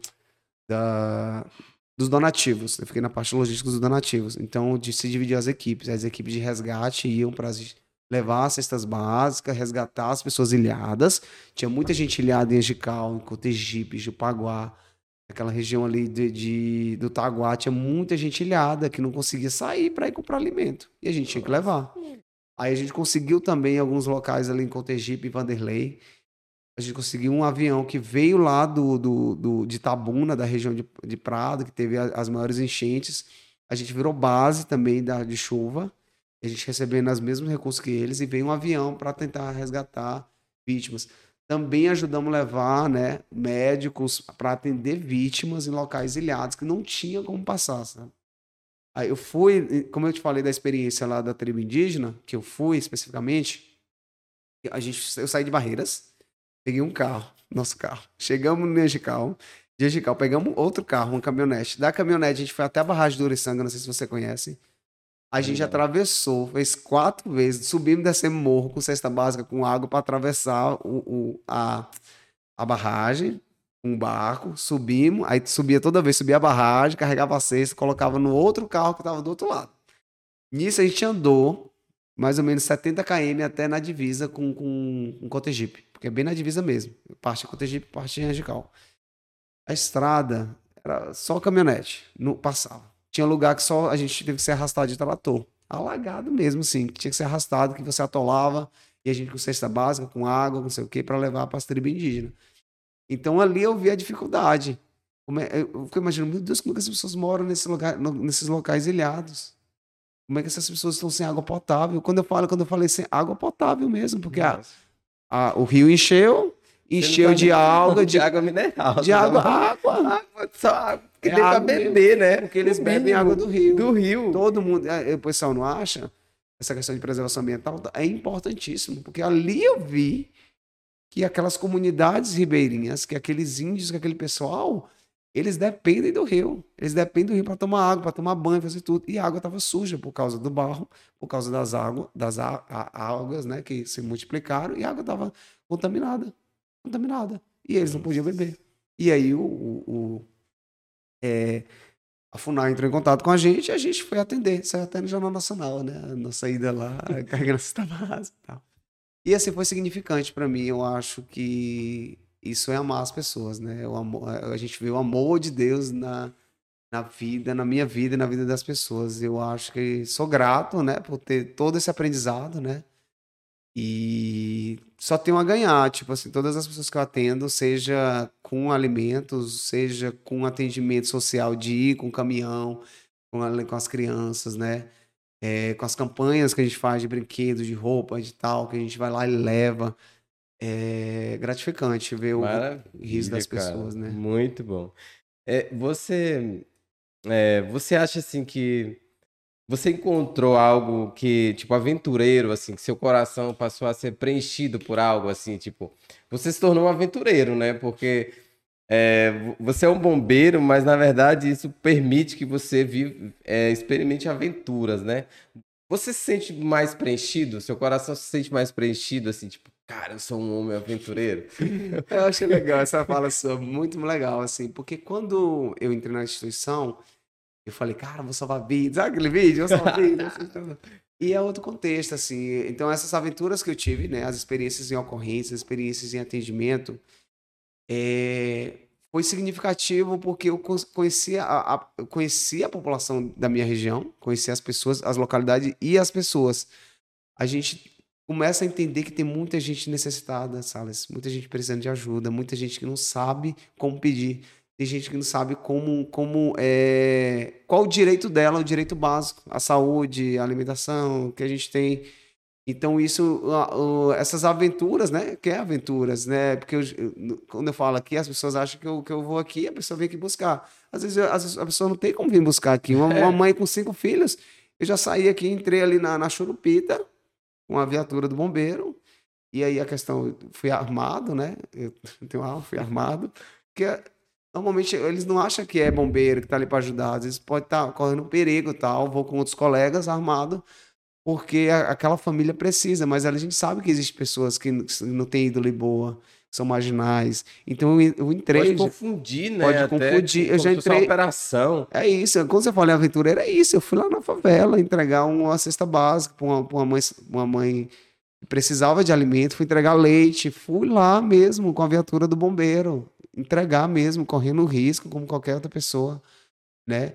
B: da, dos donativos. Eu fiquei na parte de logística dos donativos. Então, de se dividir as equipes. As equipes de resgate iam para levar as cestas básicas, resgatar as pessoas ilhadas. Tinha muita gente ilhada em Angical, em Cotegipe, Jupaguá. Aquela região ali de, de- do Taguá, tinha muita gente ilhada que não conseguia sair para ir comprar alimento. E a gente tinha que levar. Aí a gente conseguiu também em alguns locais ali em Cotegipe e Vanderlei. A gente conseguiu um avião que veio lá do, do, do- de Itabuna, da região de, de Prado, que teve a- as maiores enchentes. A gente virou base também da, de chuva. A gente recebendo os mesmos recursos que eles. E veio um avião para tentar resgatar vítimas. Também ajudamos a levar, né, médicos para atender vítimas em locais ilhados que não tinha como passar, sabe? Aí eu fui, como eu te falei da experiência lá da tribo indígena, que eu fui especificamente, a gente, eu saí de Barreiras, peguei um carro, nosso carro. Chegamos no Angical, de Angical, pegamos outro carro, uma caminhonete. Da caminhonete a gente foi até a barragem do Uriçanga, não sei se você conhece. A gente
A: Não.
B: atravessou, fez quatro vezes, subimos e descemos morro com cesta básica, com água para atravessar o, o- a, a barragem, um barco, subimos, aí subia toda vez, subia a barragem, carregava a cesta, colocava no outro carro que estava do outro lado. Nisso a gente andou mais ou menos setenta quilômetros até na divisa com, com, com Cotegipe, porque é bem na divisa mesmo, parte de Cotegipe, parte de Angical. A estrada era só caminhonete, não passava. Tinha lugar que só a gente teve que ser arrastado de trator. Alagado mesmo, assim, que tinha que ser arrastado, que você atolava, e a gente com cesta básica, com água, não sei o quê, para levar para as tribos indígenas. Então ali eu vi a dificuldade. Como é- eu fico imaginando, meu Deus, como é que essas pessoas moram nesse lugar, no- nesses locais ilhados? Como é que essas pessoas estão sem água potável? Quando eu falo, quando eu falei sem água potável mesmo, porque a,
A: Nossa.
B: a- o rio encheu,
A: Você não
B: encheu
A: tá
B: de
A: nem
B: água,
A: falando
B: de,
A: de água mineral,
B: de
A: você tá
B: água,
A: falando
B: água.
A: água, só água que
B: É
A: tem pra
B: água mesmo,
A: beber, né?
B: porque eles
A: O
B: bebem água do rio.
A: Do rio.
B: Todo mundo, é, o pessoal não acha essa questão de preservação ambiental é importantíssimo, porque ali eu vi que aquelas comunidades ribeirinhas, que aqueles índios, que aquele pessoal, eles dependem do rio. Eles dependem do rio para tomar água, para tomar banho, fazer tudo. E a água estava suja por causa do barro, por causa das águas, das a- a- algas, né, que se multiplicaram, e a água estava contaminada, contaminada. E eles não podiam beber. E aí o, o, o, é, a FUNAI entrou em contato com a gente e a gente foi atender. Saiu até no Jornal Nacional, né? Na saída lá, carregando a cesta básica e tal. E assim foi significante para mim. Eu acho que isso é amar as pessoas, né? O amor, a gente vê o amor de Deus na, na vida, na minha vida e na vida das pessoas. Eu acho que sou grato, né, por ter todo esse aprendizado, né? E só tenho a ganhar, tipo assim, todas as pessoas que eu atendo, seja com alimentos, seja com atendimento social de ir com caminhão, com, a- com as crianças, né? É, com as campanhas que a gente faz de brinquedos, de roupa, de tal, que a gente vai lá e leva. É gratificante ver o, o riso
A: Maravilha,
B: das
A: cara.
B: pessoas, né?
A: Muito bom. É, você, é, você acha assim que você encontrou algo que, tipo, aventureiro, assim, que seu coração passou a ser preenchido por algo, assim, tipo, você se tornou um aventureiro, né? Porque é, vo- você é um bombeiro, mas na verdade isso permite que você vive, é, experimente aventuras, né? Você se sente mais preenchido? Seu coração se sente mais preenchido, assim, tipo, cara, eu sou um homem aventureiro?
B: Eu achei legal essa fala sua, muito legal, assim, porque quando eu entrei na instituição, eu falei, cara, vou salvar vidas, sabe aquele vídeo? Vou salvar vidas. E é outro contexto, assim. Então, essas aventuras que eu tive, né, as experiências em ocorrências, as experiências em atendimento, é, foi significativo porque eu conhecia a, a, eu conhecia a população da minha região, conhecia as pessoas, as localidades e as pessoas. A gente começa a entender que tem muita gente necessitada, Salles, muita gente precisando de ajuda, muita gente que não sabe como pedir, tem gente que não sabe como, como é, qual o direito dela, o direito básico, a saúde, a alimentação que a gente tem. Então, isso, uh, uh, essas aventuras, né? Que é aventuras, né? Porque eu, eu, quando eu falo aqui, as pessoas acham que eu, que eu vou aqui, a pessoa vem aqui buscar. Às vezes, eu, às vezes a pessoa não tem como vir buscar aqui. Uma, uma mãe com cinco filhos, eu já saí aqui, entrei ali na, na Churupita, com a viatura do bombeiro, e aí a questão, fui armado, né? Eu tenho arma, fui armado, porque normalmente eles não acham que é bombeiro que está ali para ajudar, às vezes pode estar tá correndo perigo e tal, vou com outros colegas armado, porque a, aquela família precisa, mas a gente sabe que existem pessoas que não têm índole boa, que são marginais, então eu, eu entrei...
A: Pode confundir, né?
B: Pode
A: Até
B: confundir,
A: que,
B: eu já entrei...
A: operação.
B: É isso, quando você fala em aventureiro, é isso, eu fui lá na favela entregar uma cesta básica para uma, uma mãe... Uma mãe precisava de alimento, fui entregar leite, fui lá mesmo com a viatura do bombeiro, entregar mesmo, correndo risco como qualquer outra pessoa, né?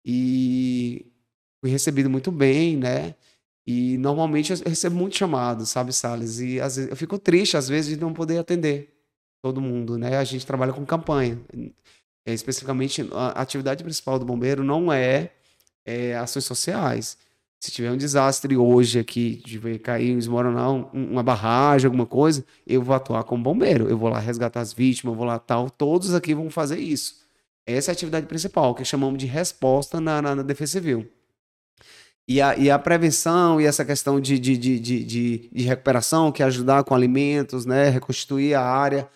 B: E fui recebido muito bem, né? E normalmente eu recebo muito chamado, sabe, Salles? E às vezes eu fico triste às vezes de não poder atender todo mundo, né? A gente trabalha com campanha. É, especificamente, a atividade principal do bombeiro não é, é ações sociais. Se tiver um desastre hoje aqui, de cair, desmoronar um, uma barragem, alguma coisa, eu vou atuar como bombeiro. Eu vou lá resgatar as vítimas, eu vou lá tal. Todos aqui vão fazer isso. Essa é a atividade principal, que chamamos de resposta na, na, na Defesa Civil. E a, e a prevenção e essa questão de, de, de, de, de, de recuperação, que é ajudar com alimentos, né, reconstituir a área,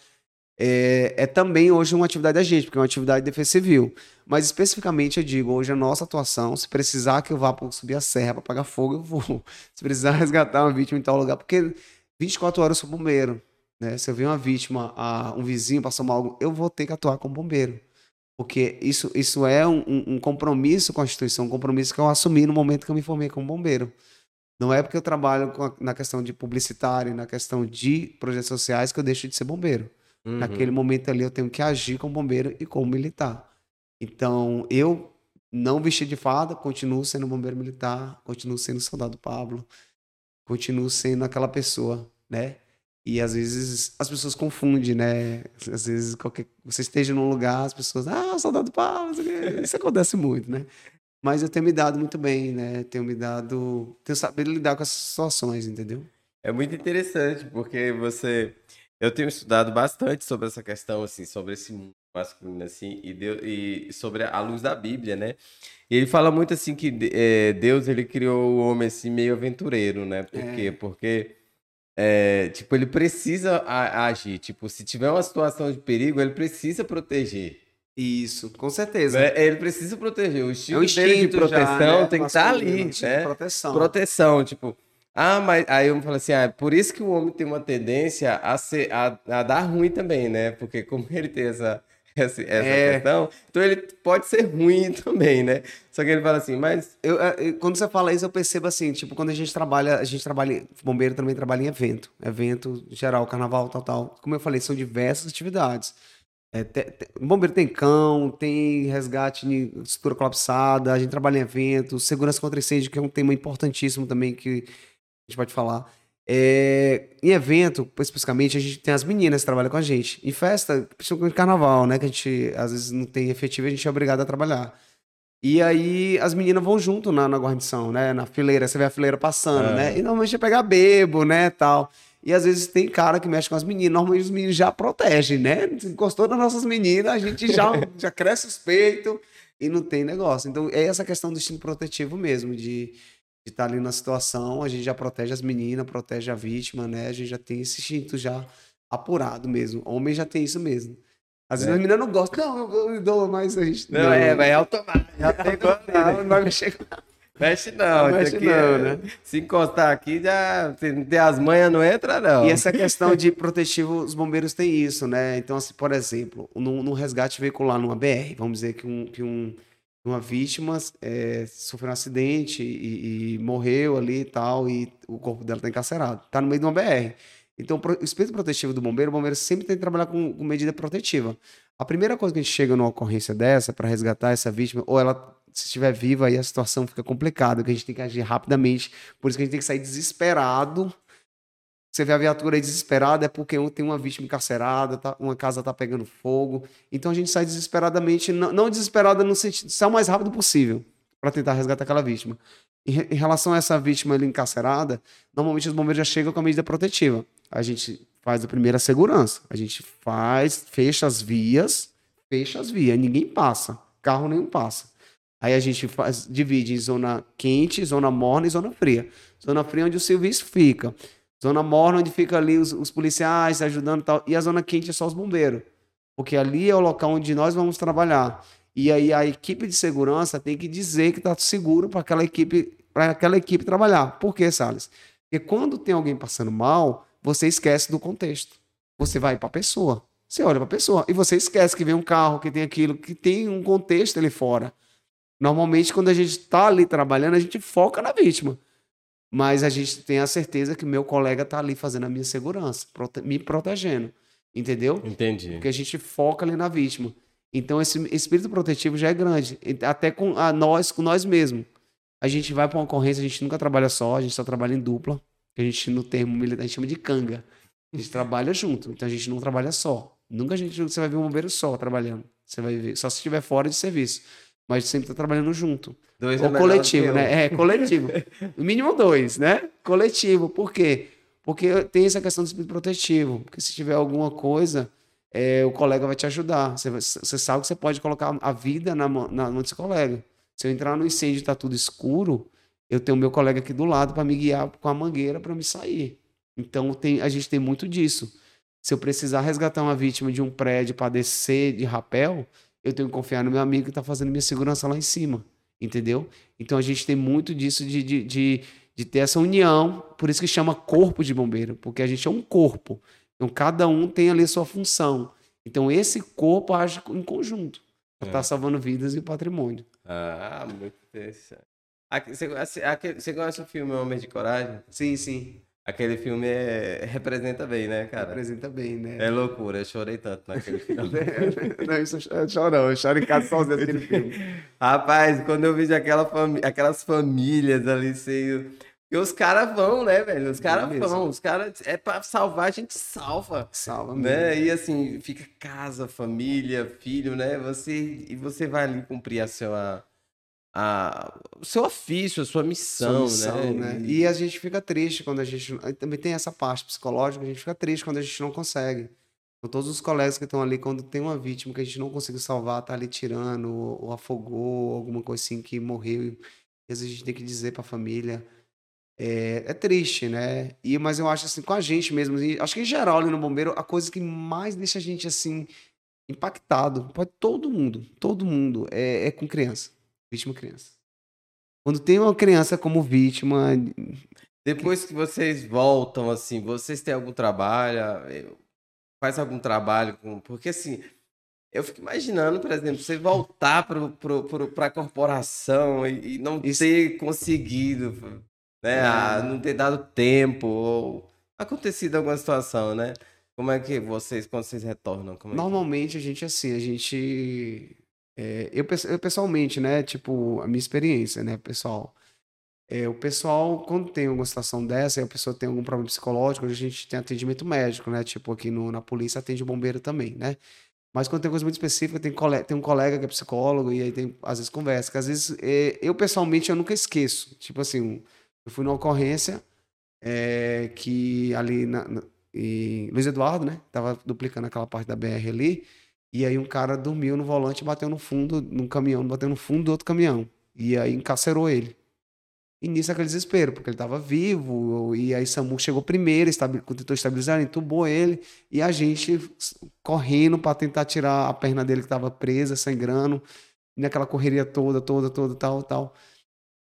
B: É, é também hoje uma atividade da gente, porque é uma atividade de defesa civil. Mas especificamente eu digo, hoje a nossa atuação, se precisar que eu vá subir a serra para apagar fogo, eu vou. Se precisar resgatar uma vítima em tal lugar, porque vinte e quatro horas eu sou bombeiro. Né? Se eu ver uma vítima, a, um vizinho passou mal, eu vou ter que atuar como bombeiro. Porque isso, isso é um, um compromisso com a instituição, um compromisso que eu assumi no momento que eu me formei como bombeiro. Não é porque eu trabalho com a, na questão de publicitário, na questão de projetos sociais, que eu deixo de ser bombeiro. Uhum. Naquele momento ali eu tenho que agir como bombeiro e como militar. Então, eu não vesti de farda, continuo sendo bombeiro militar, continuo sendo soldado Pablo, continuo sendo aquela pessoa, né? E às vezes as pessoas confundem, né? Às vezes qualquer... você esteja num lugar, as pessoas, ah, soldado Pablo, isso acontece muito, né? Mas eu tenho me dado muito bem, né? Tenho me dado... Tenho sabido lidar com essas situações, entendeu?
A: É muito interessante, porque você... Eu tenho estudado bastante sobre essa questão, assim, sobre esse mundo masculino, assim, e, Deus, e sobre a luz da Bíblia, né? E ele fala muito, assim, que é, Deus, ele criou o homem, assim, meio aventureiro, né? Por é. quê? Porque, é, tipo, ele precisa a, agir. Tipo, se tiver uma situação de perigo, ele precisa proteger.
B: Isso, com certeza.
A: Né? Ele precisa proteger. O instinto,
B: é o instinto
A: dele de proteção já, né? tem que estar ali, né?
B: Proteção.
A: Proteção, tipo... Ah, mas aí eu me falo assim, ah, por isso que o homem tem uma tendência a, ser, a, a dar ruim também, né? Porque como ele tem essa, essa, essa é. questão, então ele pode ser ruim também, né? Só que ele fala assim, mas...
B: Eu, eu, quando você fala isso, eu percebo assim, tipo, quando a gente trabalha, a gente trabalha, bombeiro também trabalha em evento, evento geral, carnaval, tal, tal. Como eu falei, são diversas atividades. É, te, te, bombeiro tem cão, tem resgate de estrutura colapsada, a gente trabalha em evento, segurança contra incêndio, que é um tema importantíssimo também, que a gente pode falar. É, em evento, especificamente, a gente tem as meninas que trabalham com a gente. Em festa, principalmente carnaval, né? Que a gente, às vezes, não tem efetivo e a gente é obrigado a trabalhar. E aí, as meninas vão junto na, na guarnição, né? Na fileira, você vê a fileira passando, é. né? E normalmente é pegar bebo, né? Tal. E às vezes tem cara que mexe com as meninas. Normalmente os meninos já protegem, né? Encostou nas nossas meninas, a gente já, já cresce os peitos e não tem negócio. Então, é essa questão do instinto protetivo mesmo, de... de estar ali na situação, a gente já protege as meninas, protege a vítima, né? A gente já tem esse instinto já apurado mesmo. Homem já tem isso mesmo. Às vezes é. as meninas não gostam, não, eu, eu dou, mas a gente...
A: Não, não é, vai automático.
B: Já tem automático, não vai mexer com...
A: Mexe não,
B: Não
A: isso
B: mexe
A: aqui
B: não,
A: é-
B: né?
A: Se encostar aqui, já se não tem as manhas, não entra, não.
B: E essa questão de protetivo, os bombeiros têm isso, né? Então, assim, por exemplo, num, num resgate veicular numa B R, vamos dizer que, um, que um, uma vítima é, sofreu um acidente e, e morreu ali e tal, e o corpo dela está encarcerado. Está no meio de uma B R. Então, pro- o espírito protetivo do bombeiro, o bombeiro sempre tem que trabalhar com, com medida protetiva. A primeira coisa que a gente chega numa ocorrência dessa, para resgatar essa vítima, ou ela, se estiver viva, aí a situação fica complicada, que a gente tem que agir rapidamente. Por isso que a gente tem que sair desesperado. Você vê a viatura aí desesperada, é porque tem uma vítima encarcerada, tá- uma casa está pegando fogo. Então a gente sai desesperadamente, não, não desesperada no sentido, sai o mais rápido possível para tentar resgatar aquela vítima. Em, re- em relação a essa vítima ali encarcerada, normalmente os bombeiros já chegam com a medida protetiva. A gente faz a primeira segurança, a gente faz, fecha as vias, fecha as vias, ninguém passa, carro nenhum passa. Aí a gente faz, divide em zona quente, zona morna e zona fria. Zona fria é onde o serviço fica. Zona morna, onde fica ali os, os policiais ajudando e tal. E a zona quente é só os bombeiros. Porque ali é o local onde nós vamos trabalhar. E aí a equipe de segurança tem que dizer que está seguro para aquela equipe, para aquela equipe trabalhar. Por quê, Salles? Porque quando tem alguém passando mal, você esquece do contexto. Você vai para a pessoa. Você olha para a pessoa. E você esquece que vem um carro, que tem aquilo, que tem um contexto ali fora. Normalmente, quando a gente está ali trabalhando, a gente foca na vítima. Mas a gente tem a certeza que meu colega está ali fazendo a minha segurança, prote- me protegendo, entendeu?
A: Entendi.
B: Porque a gente foca ali na vítima. Então esse espírito protetivo já é grande, e até com a nós, com nós mesmos. A gente vai para uma ocorrência, a gente nunca trabalha só, a gente só trabalha em dupla, que a gente no termo militar a gente chama de canga. A gente trabalha junto, então a gente não trabalha só. Nunca a gente você vai ver um bombeiro só trabalhando. Você vai ver, só se estiver fora de serviço. Mas sempre está trabalhando junto.
A: Dois é
B: Ou
A: melhor
B: coletivo,
A: que um.
B: né? É, coletivo. No mínimo dois, né? Coletivo. Por quê? Porque tem essa questão do espírito protetivo. Porque se tiver alguma coisa, é, o colega vai te ajudar. Você, vai- você sabe que você pode colocar a vida na mão, na mão do seu colega. Se eu entrar no incêndio e está tudo escuro, eu tenho o meu colega aqui do lado para me guiar com a mangueira para me sair. Então tem, a gente tem muito disso. Se eu precisar resgatar uma vítima de um prédio para descer de rapel, eu tenho que confiar no meu amigo que está fazendo minha segurança lá em cima. Entendeu? Então a gente tem muito disso de, de, de, de ter essa união, por isso que chama corpo de bombeiro, porque a gente é um corpo. Então cada um tem ali a sua função. Então esse corpo age em conjunto para estar
A: É.
B: salvando vidas e patrimônio.
A: Ah, muito interessante. Aqui, você, conhece, aquele, você conhece o filme Homem de Coragem?
B: Sim, sim.
A: Aquele filme é- representa bem, né, cara?
B: Representa bem, né?
A: É loucura, eu chorei tanto naquele filme.
B: Não, isso eu choro, não. Eu choro em casa sozinho naquele filme.
A: Rapaz, quando eu vejo aquela fami- aquelas famílias ali sendo. E os caras vão, né, velho? Os caras
B: mesmo.
A: vão. Os caras. É pra salvar, a gente salva.
B: Salva mesmo.
A: Né? E assim, fica casa, família, filho, né? Você, e você vai ali cumprir a sua, a, o seu ofício, a sua missão,
B: Sua missão,
A: né?
B: né? E a gente fica triste quando a gente. aí Também tem essa parte psicológica, a gente fica triste quando a gente não consegue. Com todos os colegas que estão ali, quando tem uma vítima que a gente não conseguiu salvar, tá ali tirando, ou, ou afogou, alguma coisa assim que morreu. E às vezes a gente tem que dizer pra família. É, é triste, né? E, mas eu acho assim, com a gente mesmo, e acho que em geral ali no bombeiro, a coisa que mais deixa a gente assim, impactado, pode todo mundo, todo mundo, é, é com criança, vítima criança. Quando tem uma criança como vítima,
A: Depois que vocês voltam, assim, vocês têm algum trabalho? eh, Faz algum trabalho com. Porque assim, eu fico imaginando, por exemplo, você voltar para pro, pro, pro, a corporação e, e não
B: Isso-
A: ter conseguido, né?
B: É.
A: a- não ter dado tempo, ou acontecido alguma situação, né? Como é que vocês, quando vocês retornam? Como é que-
B: normalmente a gente assim, a gente. é, eu, pe- eu pessoalmente, né? Tipo, a minha experiência, né, pessoal? É, o pessoal, quando tem alguma situação dessa, e a pessoa tem algum problema psicológico, a gente tem atendimento médico, né? Tipo, aqui no, na polícia atende o bombeiro também, né? Mas quando tem coisa muito específica, tem, cole- tem um colega que é psicólogo e aí tem, às vezes, conversa. Que às vezes, é, eu pessoalmente, eu nunca esqueço. Tipo assim, eu fui numa ocorrência é, que ali na, na- em Luiz Eduardo, né? Tava duplicando aquela parte da B R ali. E aí um cara dormiu no volante e bateu no fundo, num caminhão, bateu no fundo do outro caminhão. E aí encarcerou ele. E nisso aquele desespero, porque ele estava vivo, e aí SAMU chegou primeiro, estabil- tentou estabilizar, entubou ele, e a gente s- correndo para tentar tirar a perna dele que estava presa, sangrando, e naquela correria toda, toda, toda, tal, tal.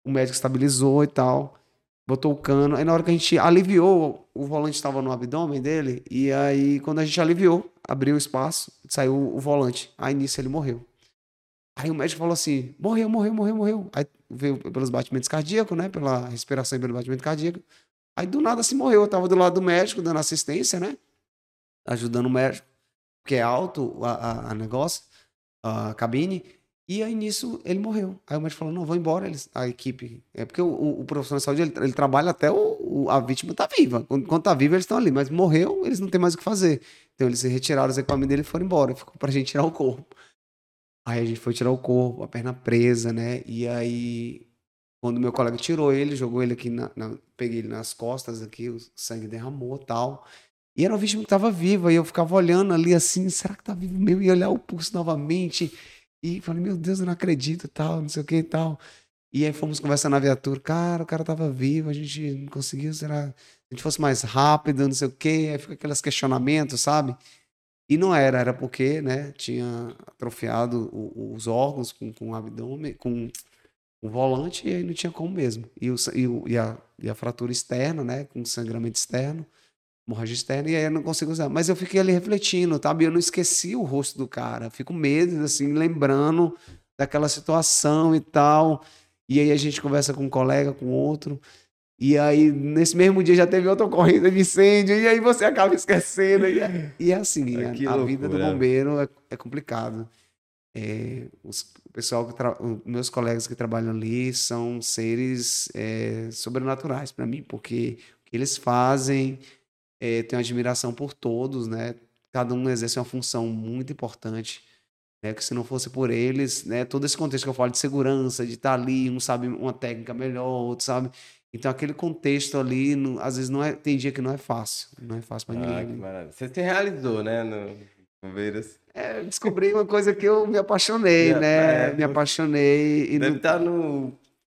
B: o médico estabilizou e tal, botou o cano. Aí na hora que a gente aliviou, o volante estava no abdômen dele, e aí quando a gente aliviou, abriu o espaço, saiu o volante. Aí nisso ele morreu. Aí o médico falou assim, morreu, morreu, morreu, morreu. Aí veio pelos batimentos cardíacos, né, pela respiração e pelo batimento cardíaco. Aí do nada se morreu, eu tava do lado do médico, dando assistência, né, ajudando o médico, que é alto a, a, a negócio, a cabine. E aí nisso ele morreu. Aí o médico falou, não, vou embora. Eles, a equipe, é porque o, o, o profissional de saúde, ele, ele trabalha até o, o- a vítima tá viva. Quando, quando tá viva, eles estão ali, mas morreu, eles não têm mais o que fazer. Então eles retiraram os equipamentos dele e foram embora. Ficou pra gente tirar o corpo. Aí a gente foi tirar o corpo, a perna presa, né? E aí, quando meu colega tirou ele, jogou ele aqui, na, na- peguei ele nas costas aqui, o sangue derramou e tal. E era uma vítima que estava viva, e eu ficava olhando ali assim, será que tá vivo mesmo? E olhar o pulso novamente. E falei, meu Deus, eu não acredito, tal, não sei o que e tal. E aí fomos conversar na viatura, cara, o cara tava vivo, a gente não conseguiu, será? Se a gente fosse mais rápido, não sei o quê, aí fica aqueles questionamentos, sabe? E não era, era porque, né, tinha atrofiado o- os órgãos com, com o abdômen, com o volante, e aí não tinha como mesmo. E, o, sa- e, o- e a, e a fratura externa, né, com sangramento externo, hemorragia externa, e aí eu não consigo usar. Mas eu fiquei ali refletindo, sabe? Eu não esqueci o rosto do cara. Fico medo, assim, lembrando daquela situação e tal. E aí a gente conversa com um colega, com outro. E aí, nesse mesmo dia, já teve outra ocorrência de incêndio. E aí você acaba esquecendo. E é, e é assim,
A: Ah, que
B: a, a vida do
A: loucura.
B: bombeiro é, é complicado. É, os, o pessoal que tra- os meus colegas que trabalham ali são seres é, sobrenaturais para mim, porque o que eles fazem eh, tenho admiração por todos, né? Cada um exerce uma função muito importante, né? Que se não fosse por eles, né? Todo esse contexto que eu falo de segurança, de estar ali, um sabe uma técnica melhor, outro sabe. Então aquele contexto ali, não- às vezes não é, tem dia que não é fácil, não é fácil para ninguém
A: Ah, que
B: ali.
A: maravilha. Você se realizou, né, no Bombeiros.
B: É, eu descobri uma coisa que eu me apaixonei,
A: Já-
B: né?
A: É,
B: Me
A: pô,
B: apaixonei e
A: deve
B: no,
A: estar no,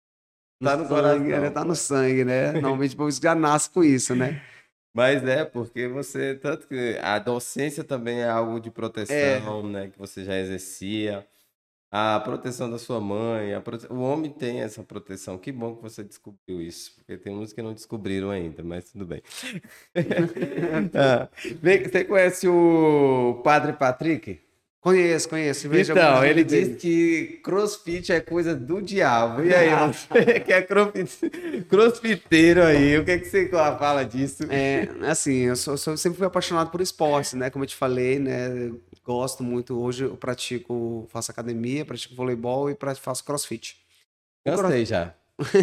B: no
A: tá no
B: sangue, é,
A: coração,
B: tá
A: pô.
B: no sangue, né? Normalmente o povo já nasce com isso, né?
A: Mas é, porque você, tanto que a docência também é algo de
B: É,
A: proteção, né, que você já exercia. A proteção da sua mãe, a prote- o homem tem essa proteção. Que bom que você descobriu isso, porque tem uns que não descobriram ainda, mas tudo bem. Ah, vem- você conhece o Padre Patrick?
B: conheço, conheço, vejo alguns
A: Então, ele
B: vídeos
A: diz
B: dele.
A: que CrossFit é coisa do diabo. E aí, você que é crossfit- crossfiteiro aí, o que, que você fala disso?
B: É, assim, eu sou, sou- sempre fui apaixonado por esportes, né? Como eu te falei, né? Gosto muito. Hoje eu pratico, faço academia, pratico voleibol e pra- faço crossfit. O cross...
A: Cansei já.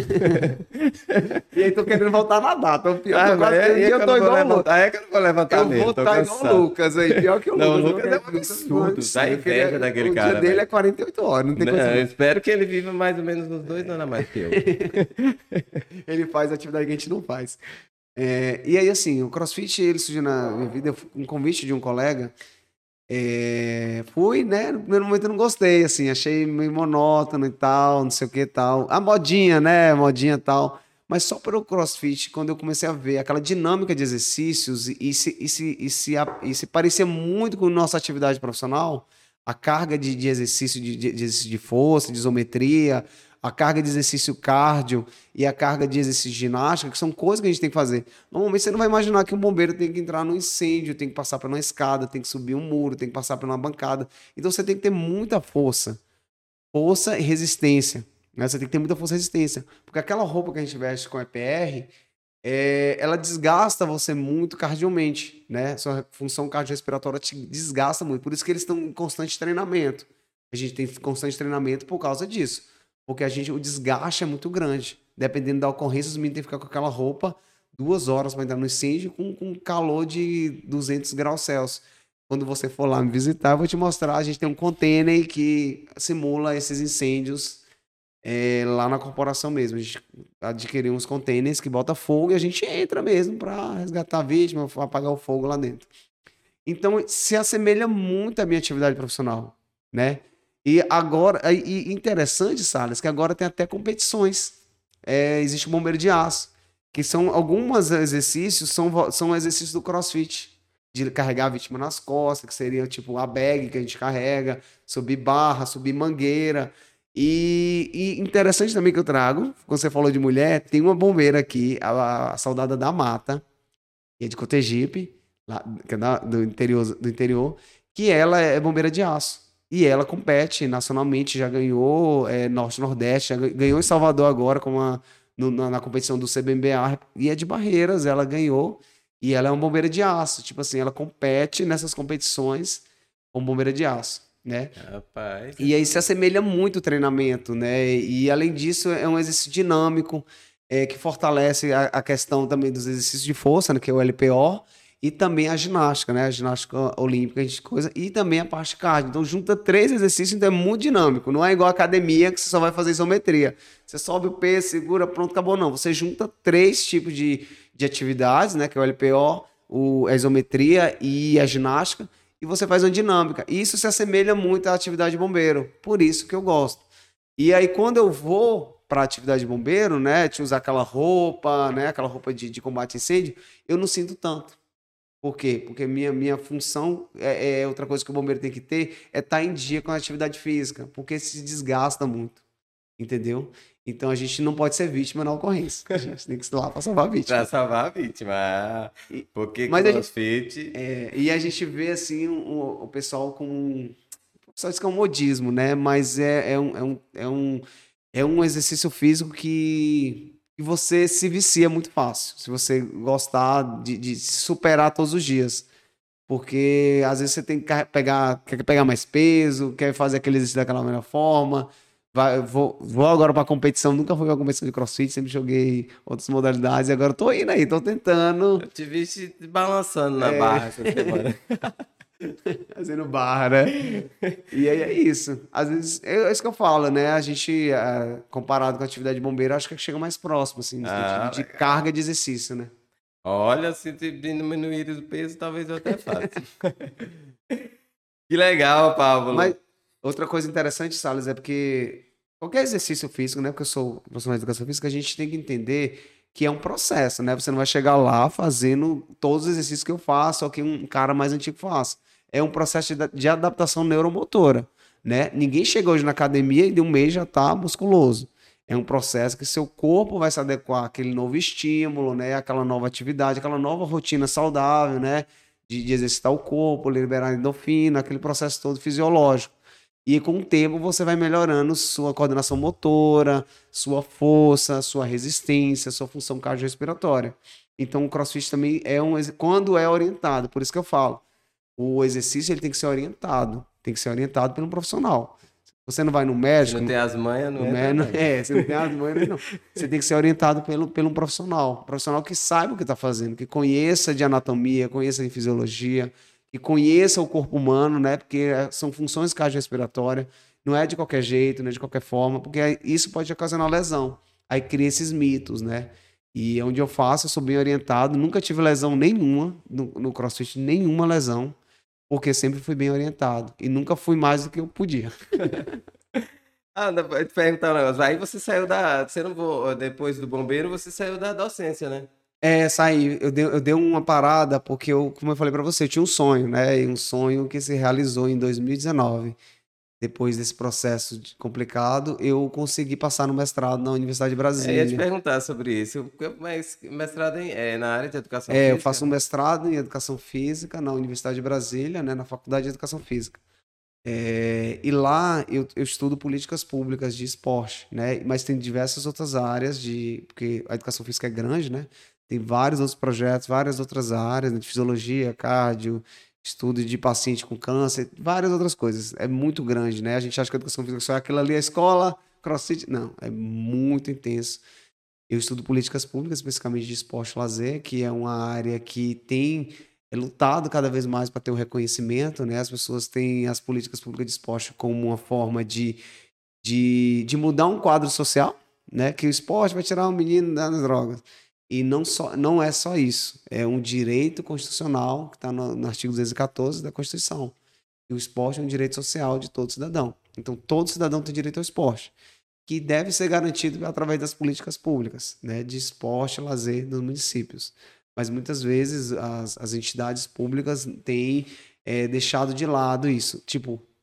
B: E aí tô querendo voltar a nadar. Tô, pior,
A: Ah,
B: tô
A: mas
B: quase,
A: é,
B: um
A: é
B: dia
A: que
B: eu
A: eu
B: tô
A: não vou
B: igual o Lucas.
A: levantar, é que eu não vou levantar
B: Eu
A: mesmo,
B: vou
A: tô
B: estar igual o
A: cansado.
B: Lucas aí. Pior que o
A: Não, o
B: Lucas.
A: Lucas é um
B: Lucas
A: absurdo,
B: não-
A: dá
B: meu filho,
A: inveja
B: é-
A: daquele
B: o dia
A: cara,
B: dele
A: velho.
B: é quarenta e oito horas, não tem
A: Não,
B: condição.
A: eu espero que ele viva mais ou menos uns dois anos a mais que eu.
B: Ele faz atividade que a gente não faz. É, e aí, assim, o CrossFit, ele surgiu na minha vida, um convite de um colega. É, fui, né? No primeiro momento eu não gostei, assim, achei meio monótono e tal, não sei o que e tal. A modinha, né? Modinha e tal. Mas só pelo CrossFit, quando eu comecei a ver aquela dinâmica de exercícios e, e se, e, se, e, se, a- e se parecia muito com nossa atividade profissional, a carga de, de exercício de, de, de exercício de força, de isometria, a carga de exercício cardio e a carga de exercício de ginástica, que são coisas que a gente tem que fazer. Normalmente você não vai imaginar que um bombeiro tem que entrar no incêndio, tem que passar por uma escada, tem que subir um muro, tem que passar por uma bancada. Então você tem que ter muita força. Força e resistência. Né? Você tem que ter muita força e resistência. Porque aquela roupa que a gente veste com E P R, é, ela desgasta você muito cardialmente. Né? Sua função cardiorrespiratória te desgasta muito. Por isso que eles estão em constante treinamento. A gente tem constante treinamento por causa disso. Porque a gente, o desgaste é muito grande. Dependendo da ocorrência, os meninos têm que ficar com aquela roupa duas horas para entrar no incêndio com, com calor de duzentos graus Celsius. Quando você for lá me visitar, eu vou te mostrar. A gente tem um container que simula esses incêndios é, lá na corporação mesmo. A gente adquiriu uns containers que bota fogo e a gente entra mesmo para resgatar a vítima, apagar o fogo lá dentro. Então, se assemelha muito à minha atividade profissional, né? E agora, e interessante, Salles, que agora tem até competições. É, existe o bombeiro de aço, que são alguns exercícios, são, são exercícios do CrossFit, de carregar a vítima nas costas, que seria tipo a bag que a gente carrega, subir barra, subir mangueira. E, e interessante também que eu trago, quando você falou de mulher, tem uma bombeira aqui, a, a Saudada da Mata, que é de Cotegipe, lá, que é da- do interior, do interior, que ela é bombeira de aço. E ela compete nacionalmente, já ganhou é, Norte e Nordeste, já ga- ganhou em Salvador agora com uma, no- na, na competição do C B M B A, e é de Barreiras, ela ganhou, e ela é uma bombeira de aço. Tipo assim, ela compete nessas competições como bombeira de aço, né?
A: Rapaz.
B: E aí se assemelha muito o treinamento, né? E além disso, é um exercício dinâmico, é, que fortalece a, a questão também dos exercícios de força, né? Que é o L P O, e também a ginástica, né? A ginástica olímpica, a gente coisa, e também a parte cardio. Então, junta três exercícios, então é muito dinâmico. Não é igual a academia, que você só vai fazer isometria. Você sobe o peso, segura, pronto, acabou. Não. Você junta três tipos de, de atividades, né? Que é o L P O, o, a isometria e a ginástica, e você faz uma dinâmica. Isso se assemelha muito à atividade de bombeiro, por isso que eu gosto. E aí, quando eu vou para a atividade de bombeiro, né, de usar aquela roupa, né, aquela roupa de, de combate a incêndio, eu não sinto tanto. Por quê? Porque minha, minha função é, é outra coisa que o bombeiro tem que ter, é estar em dia com a atividade física, porque se desgasta muito, entendeu? Então a gente não pode ser vítima na ocorrência. A gente tem que ir lá para salvar a
A: Pra
B: vítima.
A: salvar a vítima. Ah,
B: E-
A: porque
B: mas a gente,
A: CrossFit.
B: é, e a gente vê assim o, o pessoal com. O pessoal diz que é um modismo, né? Mas é, é, um, é, um, é, um, é um exercício físico que, que você se vicia muito fácil. Se você gostar de, de se superar todos os dias. Porque às vezes você tem que carre- pegar, quer pegar mais peso, quer fazer aquele exercício daquela melhor forma. Vai, vou, vou agora para competição, nunca fui para competição de CrossFit, sempre joguei outras modalidades e agora tô indo aí, tô tentando.
A: Eu te vi se balançando na barra essa semana.
B: Fazendo barra, né? E aí é isso. Às vezes, é é isso que eu falo, né? A gente, ah, comparado com a atividade de bombeiro, acho que chega mais próximo, assim, no sentido
A: Ah,
B: de
A: legal.
B: carga de exercício, né?
A: Olha, se te diminuir o peso, talvez eu até faça. Que legal,
B: Mas
A: Pablo.
B: outra coisa interessante, Salles, é porque qualquer exercício físico, né? Porque eu sou profissional de educação física, a gente tem que entender que é um processo, né? Você não vai chegar lá fazendo todos os exercícios que eu faço ou que um cara mais antigo faz. É um processo de, de adaptação neuromotora, né? Ninguém chega hoje na academia e de um mês já tá musculoso. É um processo que seu corpo vai se adequar àquele novo estímulo, né? Aquela nova atividade, aquela nova rotina saudável, né? De, de exercitar o corpo, liberar endorfina, aquele processo todo fisiológico. E com o tempo você vai melhorando sua coordenação motora, sua força, sua resistência, sua função cardiorrespiratória. Então o CrossFit também é um ex- quando é orientado, por isso que eu falo, o exercício ele tem que ser orientado, tem que ser orientado pelo profissional. Você não vai no
A: Se não
B: médico,
A: tem as manhas, não
B: no
A: entra,
B: médico,
A: não.
B: é, você não tem as manhas, não. Você tem que ser orientado pelo, pelo um profissional, um profissional que saiba o que está fazendo, que conheça de anatomia, conheça de fisiologia, que conheça o corpo humano, né? Porque é, são funções cardiorrespiratórias, não é de qualquer jeito, não é de qualquer forma, porque aí isso pode ocasionar lesão. Aí cria esses mitos, né? E onde eu faço, eu sou bem orientado, nunca tive lesão nenhuma no, no CrossFit, nenhuma lesão, porque sempre fui bem orientado e nunca fui mais do que eu podia.
A: Ah, dá pra te perguntar um negócio. Aí você saiu da. Você não vou. Depois do bombeiro, você saiu da docência, né?
B: É, saí. Eu dei, eu dei uma parada porque eu, como eu falei pra você, eu tinha um sonho, né? E um sonho que se realizou em dois mil e dezenove. Depois desse processo de- complicado, eu consegui passar no mestrado na Universidade de
A: É, eu ia te
B: Brasília.
A: perguntar sobre isso. Mas mestrado em, é, na área de educação
B: É, eu
A: física?
B: faço um mestrado em Educação Física na Universidade de Brasília, né? Na Faculdade de Educação Física. É, e lá eu, eu estudo políticas públicas de esporte, né? Mas tem diversas outras áreas de, porque a educação física é grande, né? Tem vários outros projetos, várias outras áreas, né? De fisiologia, cardio, estudo de paciente com câncer, várias outras coisas. É muito grande, né? A gente acha que a educação física só é aquilo ali, a escola, CrossFit. Não, é muito intenso. Eu estudo políticas públicas, especificamente de esporte e lazer, que é uma área que tem é lutado cada vez mais para ter o reconhecimento, né? As pessoas têm as políticas públicas de esporte como uma forma de, de, de mudar um quadro social, né? Que o esporte vai tirar o menino das drogas. E não, só, não é só isso. É um direito constitucional que está no, no artigo duzentos e quatorze da Constituição. E o esporte é um direito social de todo cidadão. Então, todo cidadão tem direito ao esporte, que deve ser garantido através das políticas públicas, né, de esporte e lazer dos municípios. Mas muitas vezes as, as entidades públicas têm é, deixado de lado isso. Tipo,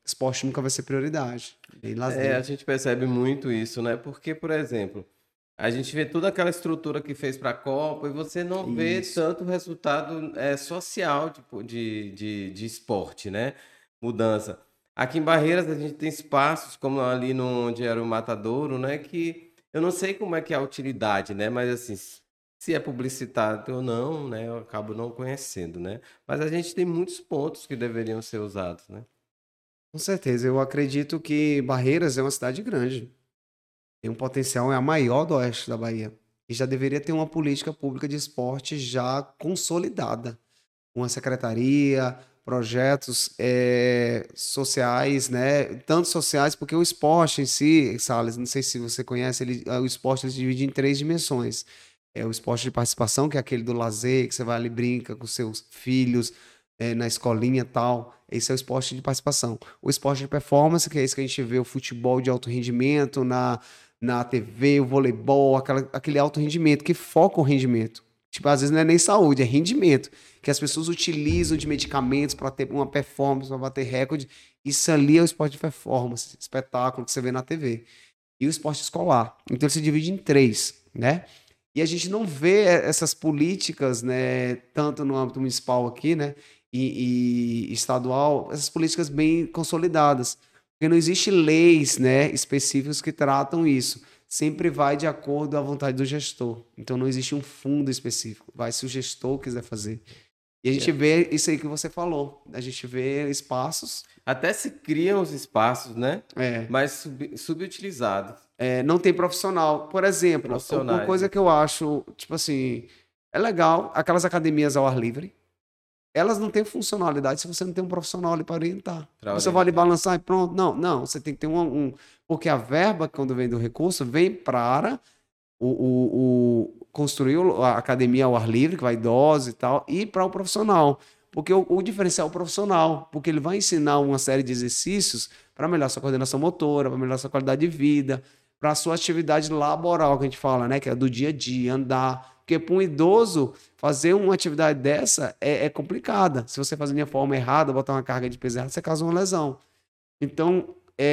B: esporte nunca vai ser prioridade. Nem
A: É,
B: lazer.
A: a gente percebe muito isso, né? Porque, por exemplo, a gente vê toda aquela estrutura que fez para a Copa e você não vê
B: Isso.
A: tanto resultado é, social tipo, de, de, de esporte, né? Mudança. Aqui em Barreiras a gente tem espaços, como ali no, onde era o Matadouro, né? Que eu não sei como é que é a utilidade, né? Mas assim, se é publicitado ou não, né? Eu acabo não conhecendo, né? Mas a gente tem muitos pontos que deveriam ser usados, né?
B: Com certeza, eu acredito que Barreiras é uma cidade grande. Tem um potencial, é a maior do oeste da Bahia. E já deveria ter uma política pública de esporte já consolidada. Uma secretaria, projetos eh, sociais, né? Tanto sociais, porque o esporte em si, Salles, não sei se você conhece, ele, eh, o esporte ele se divide em três dimensões. É o esporte de participação, que é aquele do lazer, que você vai ali e brinca com seus filhos, eh, na escolinha e tal. Esse é o esporte de participação. O esporte de performance, que é esse que a gente vê, o futebol de alto rendimento na, na T V, o voleibol, aquela, aquele alto rendimento, que foca o rendimento. Tipo, às vezes não é nem saúde, é rendimento. Que as pessoas utilizam de medicamentos para ter uma performance, para bater recorde. Isso ali é o esporte de performance, espetáculo que você vê na T V. E o esporte escolar. Então ele se divide em três, né? E a gente não vê essas políticas, né, tanto no âmbito municipal aqui, né, e, e estadual, essas políticas bem consolidadas. Porque não existe leis, né, específicas que tratam isso. Sempre vai de acordo à vontade do gestor. Então não existe um fundo específico. Vai se o gestor quiser fazer. E a gente vê isso aí que você falou. A gente vê espaços.
A: Até se criam os espaços, né?
B: É,
A: Mas sub- subutilizados,
B: é, não tem profissional. Por exemplo, uma
A: profissionais,
B: coisa
A: né?
B: que eu acho, tipo assim, é legal, aquelas academias ao ar livre, elas não têm funcionalidade se você não tem um profissional ali para orientar.
A: Para
B: Você vai ali
A: orientar.
B: balançar e pronto. Não, não, você tem que ter um, um porque a verba, quando vem do recurso, vem para o, o, o construir a academia ao ar livre, que vai idosos e tal, e para o profissional. Porque o, o diferencial é o profissional, porque ele vai ensinar uma série de exercícios para melhorar sua coordenação motora, para melhorar sua qualidade de vida, para a sua atividade laboral, que a gente fala, né? Que é do dia a dia, andar. Porque para um idoso, fazer uma atividade dessa é, é complicada. Se você fazer de forma errada, botar uma carga de peso errada, você causa uma lesão. Então,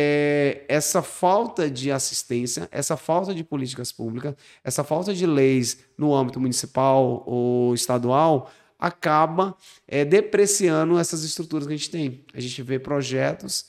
B: é, essa falta de assistência, essa falta de políticas públicas, essa falta de leis no âmbito municipal ou estadual acaba é, depreciando essas estruturas que a gente tem. A gente vê projetos,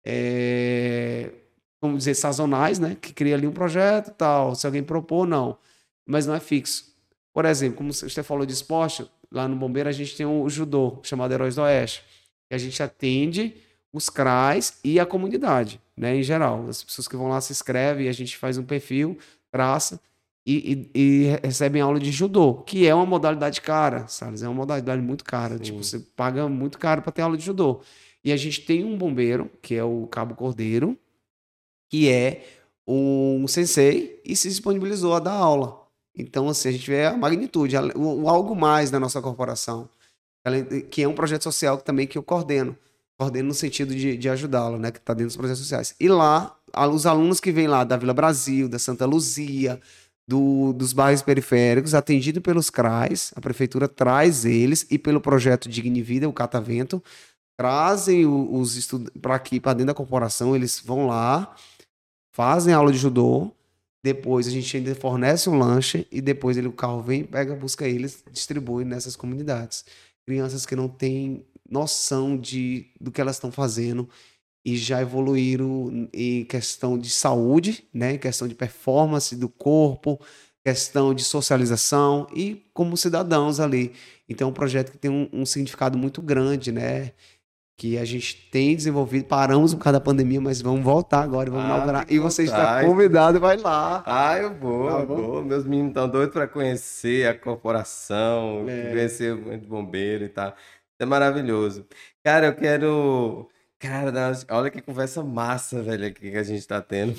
B: é, vamos dizer, sazonais, né? Que cria ali um projeto e tal. Se alguém propor, não. Mas não é fixo. Por exemplo, como você falou de esporte, lá no Bombeiro a gente tem o judô, chamado Heróis do Oeste, que a gente atende os C R A S e a comunidade, né, em geral. As pessoas que vão lá se inscrevem e a gente faz um perfil, traça e, e, e recebem aula de judô, que é uma modalidade cara, sabe? É uma modalidade muito cara. Tipo,
A: Sim.
B: você paga muito caro para ter aula de judô. E a gente tem um bombeiro, que é o Cabo Cordeiro, que é um sensei e se disponibilizou a dar aula. Então, assim, a gente vê a magnitude, o, o algo mais da nossa corporação, que é um projeto social que, também que eu coordeno. Coordeno no sentido de, de ajudá-lo, né? Que está dentro dos projetos sociais. E lá, os alunos que vêm lá da Vila Brasil, da Santa Luzia, do, dos bairros periféricos, atendido pelos C R A S, a prefeitura traz eles, e pelo projeto Digna e Vida, o Catavento, trazem os estudantes para aqui, para dentro da corporação, eles vão lá, fazem aula de judô, depois a gente ainda fornece um lanche, e depois ele, o carro vem, pega, busca eles, distribui nessas comunidades. Crianças que não têm noção de, do que elas estão fazendo e já evoluíram em questão de saúde, né? Em questão de performance do corpo, questão de socialização e como cidadãos ali. Então, é um projeto que tem um, um significado muito grande, né? Que a gente tem desenvolvido, paramos por causa da pandemia, mas vamos voltar agora, vamos
A: Ah,
B: inaugurar.
A: fique
B: E
A: à
B: você está
A: vontade.
B: convidado, vai lá,
A: Ah, eu vou,
B: tá
A: eu
B: bom?
A: vou. Meus meninos estão doidos para conhecer a corporação,
B: É,
A: conhecer o de bombeiro e tal. É maravilhoso. Cara, eu quero. Cara, nós- olha que conversa massa, velho, aqui que a gente tá tendo.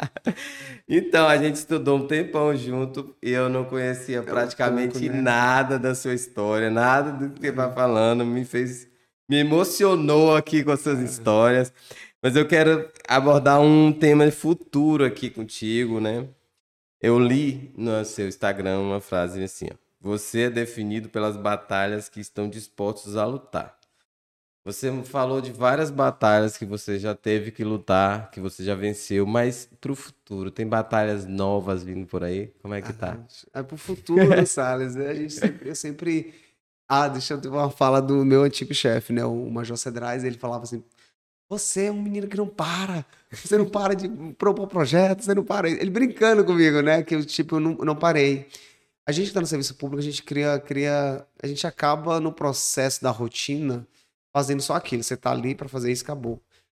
A: Então, a gente estudou um tempão junto e eu não conhecia
B: é um pouco,
A: praticamente
B: né?
A: nada da sua história, nada do que você vai falando, me fez, me emocionou aqui com as suas histórias. Mas eu quero abordar um tema futuro aqui contigo, né? Eu li no seu Instagram uma frase assim, ó. Você é definido pelas batalhas que estão dispostos a lutar. Você falou de várias batalhas que você já teve que lutar, que você já venceu, mas pro futuro, tem batalhas novas vindo por aí? Como é que tá?
B: Ah, é pro futuro, Salles, né? A gente sempre, eu sempre... Ah, deixa eu ter uma fala do meu antigo chefe, né? O Major Cedrais, ele falava assim, você é um menino que não para, você não para de propor projetos, você não para. Ele brincando comigo, né? Que eu, tipo, eu não, não parei. A gente que tá no serviço público, a gente cria, cria, a gente acaba no processo da rotina fazendo só aquilo. Você tá ali para fazer isso, acabou.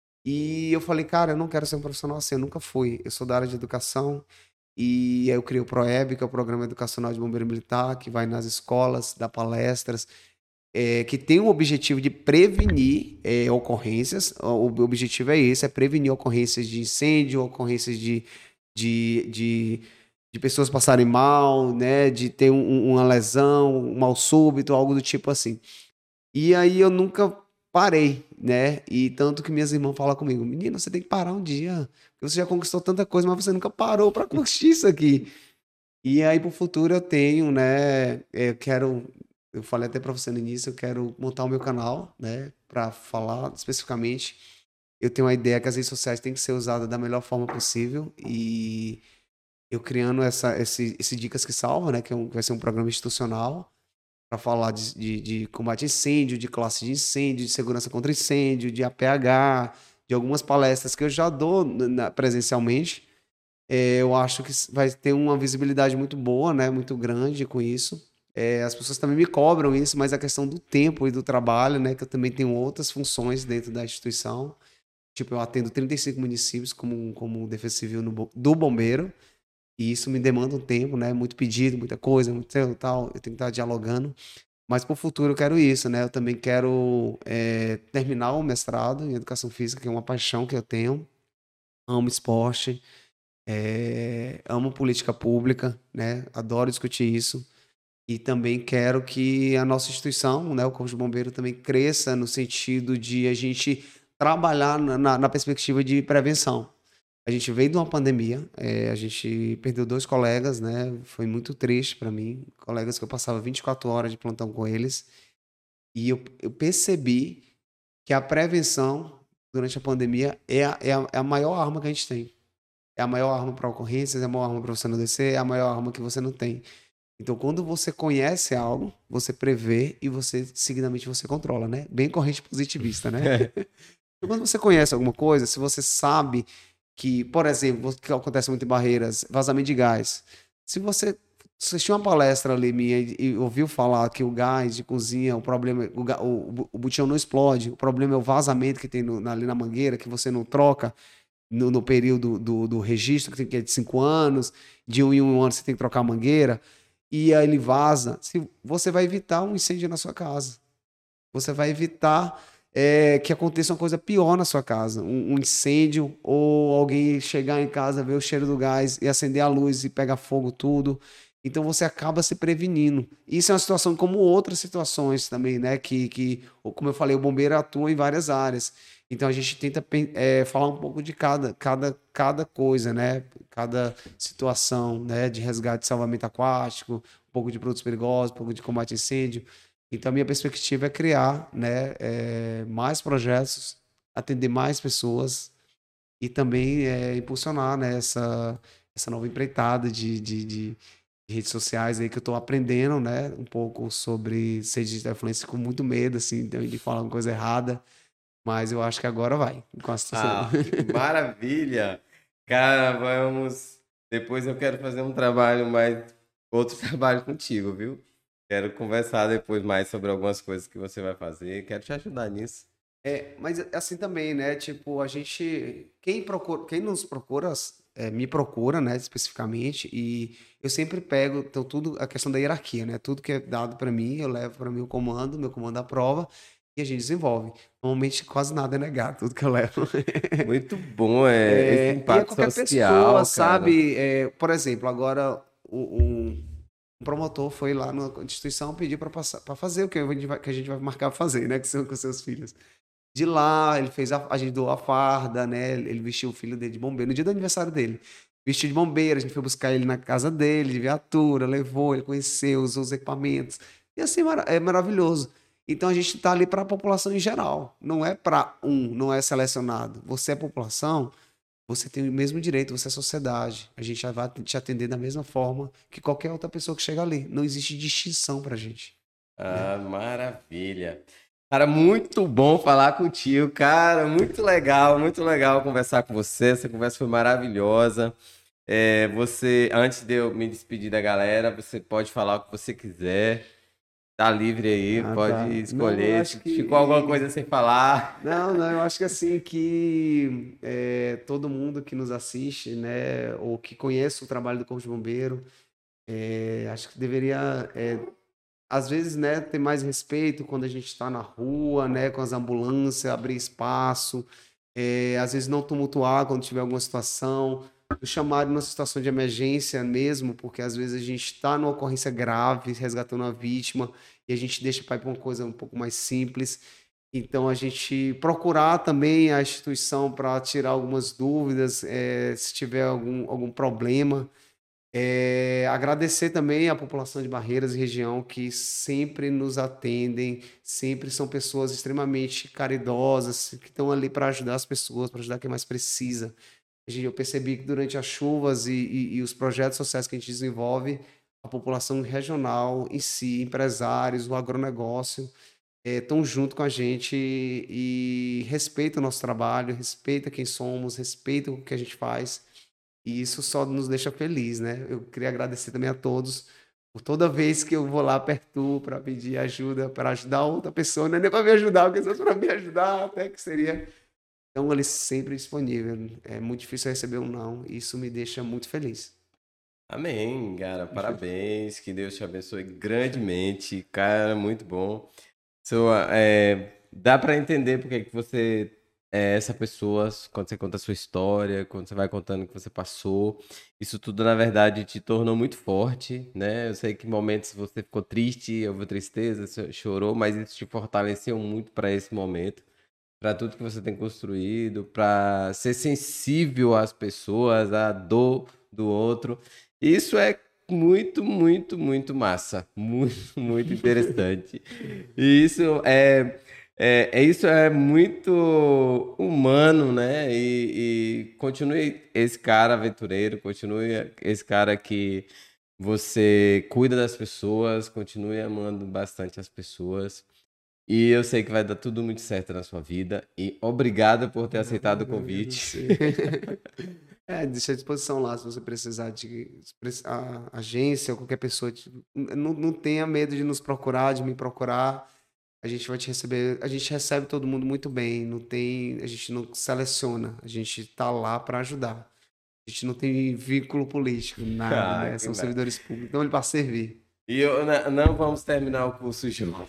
B: E eu falei, cara, eu não quero ser um profissional assim, eu nunca fui. Eu sou da área de educação e aí eu criei o PROEB, que é o Programa Educacional de Bombeiro Militar, que vai nas escolas, dá palestras, é, que tem o objetivo de prevenir é, ocorrências. O objetivo é esse, é prevenir ocorrências de incêndio, ocorrências de, de, de, de pessoas passarem mal, né, de ter um- uma lesão, um mal súbito, algo do tipo assim. E aí eu nunca parei, né? E tanto que minhas irmãs falam comigo, menino, você tem que parar um dia, porque você já conquistou tanta coisa, mas você nunca parou para conquistar isso aqui. E aí pro futuro eu tenho, né? Eu quero, eu falei até para você no início, eu quero montar o meu canal, né? Para falar especificamente. Eu tenho uma ideia que as redes sociais têm que ser usadas da melhor forma possível e eu criando essa, esse, esse Dicas que Salva, né? Que, é um, que vai ser um programa institucional para falar de, de, de combate a incêndio, de classe de incêndio, de segurança contra incêndio, de A P H, de algumas palestras que eu já dou na- presencialmente. É, eu acho que vai ter uma visibilidade muito boa, né? Muito grande com isso. É, as pessoas também me cobram isso, mas a questão do tempo e do trabalho, né? Que eu também tenho outras funções dentro da instituição. Tipo, eu atendo trinta e cinco municípios como, como defesa civil no bo- do bombeiro. E isso me demanda um tempo, né? Muito pedido, muita coisa, muito tal. Eu tenho que estar dialogando. Mas para o futuro eu quero isso, né? Eu também quero é, terminar o mestrado em educação física, que é uma paixão que eu tenho. Amo esporte, é, amo política pública, né? Adoro discutir isso. E também quero que a nossa instituição, né, o Corpo de Bombeiro, também cresça no sentido de a gente trabalhar na, na, na perspectiva de prevenção. A gente veio de uma pandemia, é, a gente perdeu dois colegas, né? Foi muito triste para mim, colegas que eu passava vinte e quatro horas de plantão com eles. E eu, eu percebi que a prevenção durante a pandemia é a, é a, é a maior arma que a gente tem. É a maior arma para ocorrências, é a maior arma para você não descer, é a maior arma que você não tem. Então, quando você conhece algo, você prevê e você, seguidamente, você controla, né? Bem corrente positivista, né? Então, quando você conhece alguma coisa, se você sabe que, por exemplo, o que acontece muito em Barreiras, vazamento de gás. Se você assistiu uma palestra ali minha e, e ouviu falar que o gás de cozinha, o problema, o, ga- o, o o botijão não explode, o problema é o vazamento que tem no- na- ali na mangueira, que você não troca no, no período do, do registro, que tem que é de cinco anos, de um em um ano você tem que trocar a mangueira, e aí ele vaza, se, você vai evitar um incêndio na sua casa. Você vai evitar é, que aconteça uma coisa pior na sua casa, um, um incêndio, ou alguém chegar em casa, ver o cheiro do gás e acender a luz e pegar fogo tudo. Então você acaba se prevenindo. Isso é uma situação como outras situações também, né? Que, que como eu falei, o bombeiro atua em várias áreas. Então a gente tenta é, falar um pouco de cada, cada, cada coisa, né? Cada situação, né? De resgate e salvamento aquático, um pouco de produtos perigosos, um pouco de combate a incêndio. Então, a minha perspectiva é criar, né, eh, mais projetos, atender mais pessoas e também eh, impulsionar, né, essa, essa nova empreitada de, de, de- de redes sociais aí que eu estou aprendendo, né, um pouco sobre ser digital influencer com muito medo, assim, de de falar uma coisa errada, mas eu acho que agora vai, com a situação.
A: Ah, que maravilha! Cara, vamos. Depois eu quero fazer um trabalho mais. Outro trabalho contigo, viu? Quero conversar depois mais sobre algumas coisas que você vai fazer. Quero te ajudar nisso.
B: É, mas assim também, né? Tipo, a gente. Quem procura, quem nos procura, é, me procura, né, especificamente, e eu sempre pego, então, tudo, a questão da hierarquia, né? Tudo que é dado para mim, eu levo para mim o comando, meu comando aprova, e a gente desenvolve. Normalmente quase nada é negado, tudo que eu levo.
A: Muito bom é esse
B: É, e é
A: impacto
B: qualquer pessoa,
A: social, cara.
B: sabe? É, por exemplo, agora o- um, um promotor foi lá na instituição pedir para fazer o que a gente vai, que a gente vai marcar pra fazer, né? Que são com seus filhos. De lá, ele fez a, a gente doou a farda, né? Ele vestiu o filho dele de bombeiro no dia do aniversário dele. Vestiu de bombeiro, a gente foi buscar ele na casa dele, de viatura, levou, ele conheceu, usou os equipamentos. E assim, mara- é maravilhoso. Então a gente está ali para a população em geral, não é para um, não é selecionado. Você é população, você tem o mesmo direito, você é sociedade. A gente já vai te atender da mesma forma que qualquer outra pessoa que chega ali. Não existe distinção para a gente.
A: Ah, maravilha. Cara, muito bom falar contigo, cara. Muito legal, muito legal conversar com você. Essa conversa foi maravilhosa. É, você, antes de eu me despedir da galera, você pode falar o que você quiser. Tá livre aí,
B: Ah,
A: pode
B: tá. Não, eu
A: escolher.
B: acho
A: Se
B: que.
A: ficou alguma coisa sem falar.
B: Não, não, eu acho que assim que é, todo mundo que nos assiste, né, ou que conhece o trabalho do Corpo de Bombeiro, é, acho que deveria, é, às vezes, né, ter mais respeito quando a gente está na rua, né, com as ambulâncias, abrir espaço, é, às vezes não tumultuar quando tiver alguma situação, nos chamar numa situação de emergência mesmo, porque às vezes a gente está numa ocorrência grave, resgatando a vítima, e a gente deixa para ir para uma coisa um pouco mais simples. Então, a gente procurar também a instituição para tirar algumas dúvidas, eh, se tiver algum, algum problema. Eh, agradecer também à população de Barreiras e região que sempre nos atendem, sempre são pessoas extremamente caridosas, que estão ali para ajudar as pessoas, para ajudar quem mais precisa. A gente- Eu percebi que durante as chuvas e, e- e os projetos sociais que a gente desenvolve, a população regional em si, empresários, o agronegócio, estão junto com a gente e respeita o nosso trabalho, respeita quem somos, respeita o que a gente faz. E isso só nos deixa feliz, né? Eu queria agradecer também a todos por toda vez que eu vou lá perto para pedir ajuda, para ajudar outra pessoa, não é nem para me ajudar, porque se para me ajudar, até que seria. Então, ali sempre disponível. É muito difícil receber um não, e isso me deixa muito feliz.
A: Amém, cara. Parabéns. Que Deus te abençoe grandemente. Cara, muito bom. Sua, é, dá pra entender porque que você é essa pessoa quando você conta a sua história, quando você vai contando o que você passou. Isso tudo, na verdade, te tornou muito forte, né? Eu sei que em momentos você ficou triste, houve tristeza, você chorou, mas isso te fortaleceu muito para esse momento, para tudo que você tem construído, para ser sensível às pessoas, à dor do outro. Isso é muito, muito, muito massa, muito, muito interessante. E isso é, é, é- isso é muito humano, né? E, e continue esse cara aventureiro, continue esse cara que você cuida das pessoas, continue amando bastante as pessoas. E eu sei que vai dar tudo muito certo na sua vida. E obrigado por ter aceitado o
B: Nada, eu
A: convite.
B: agradecer. É, deixa à disposição lá se você precisar de se preci- a agência ou qualquer pessoa. Tipo, não, não tenha medo de nos procurar, de me procurar. A gente vai te receber. A gente recebe todo mundo muito bem. Não tem, a gente não seleciona. A gente tá lá para ajudar. A gente não tem vínculo político, nada,
A: Ah,
B: né?
A: que
B: São
A: massa.
B: servidores públicos. Então, ele para servir.
A: E eu, na- não vamos terminar o curso junto.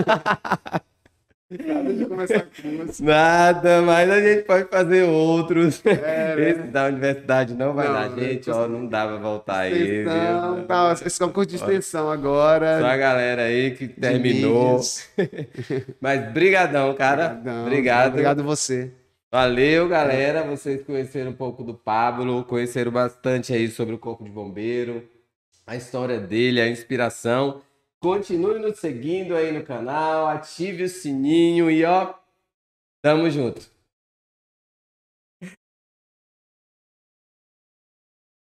B: Nada de começar curso.
A: Nada, mas a gente pode fazer outros.
B: É,
A: Esse
B: né?
A: da universidade não vai dar,
B: Não,
A: gente, ó, não dá pra voltar aí, viu?
B: extensão, tá, esse é um curso de
A: Ó,
B: extensão
A: só a
B: agora,
A: galera aí que
B: de
A: terminou.
B: mídias.
A: Mas brigadão, cara.
B: Obrigadão,
A: Obrigado.
B: obrigado você.
A: Valeu, galera. Vocês conheceram um pouco do Pablo, conheceram bastante aí sobre o Corpo de Bombeiro, a história dele, a inspiração. Continue nos seguindo aí no canal, ative o sininho e ó, tamo junto.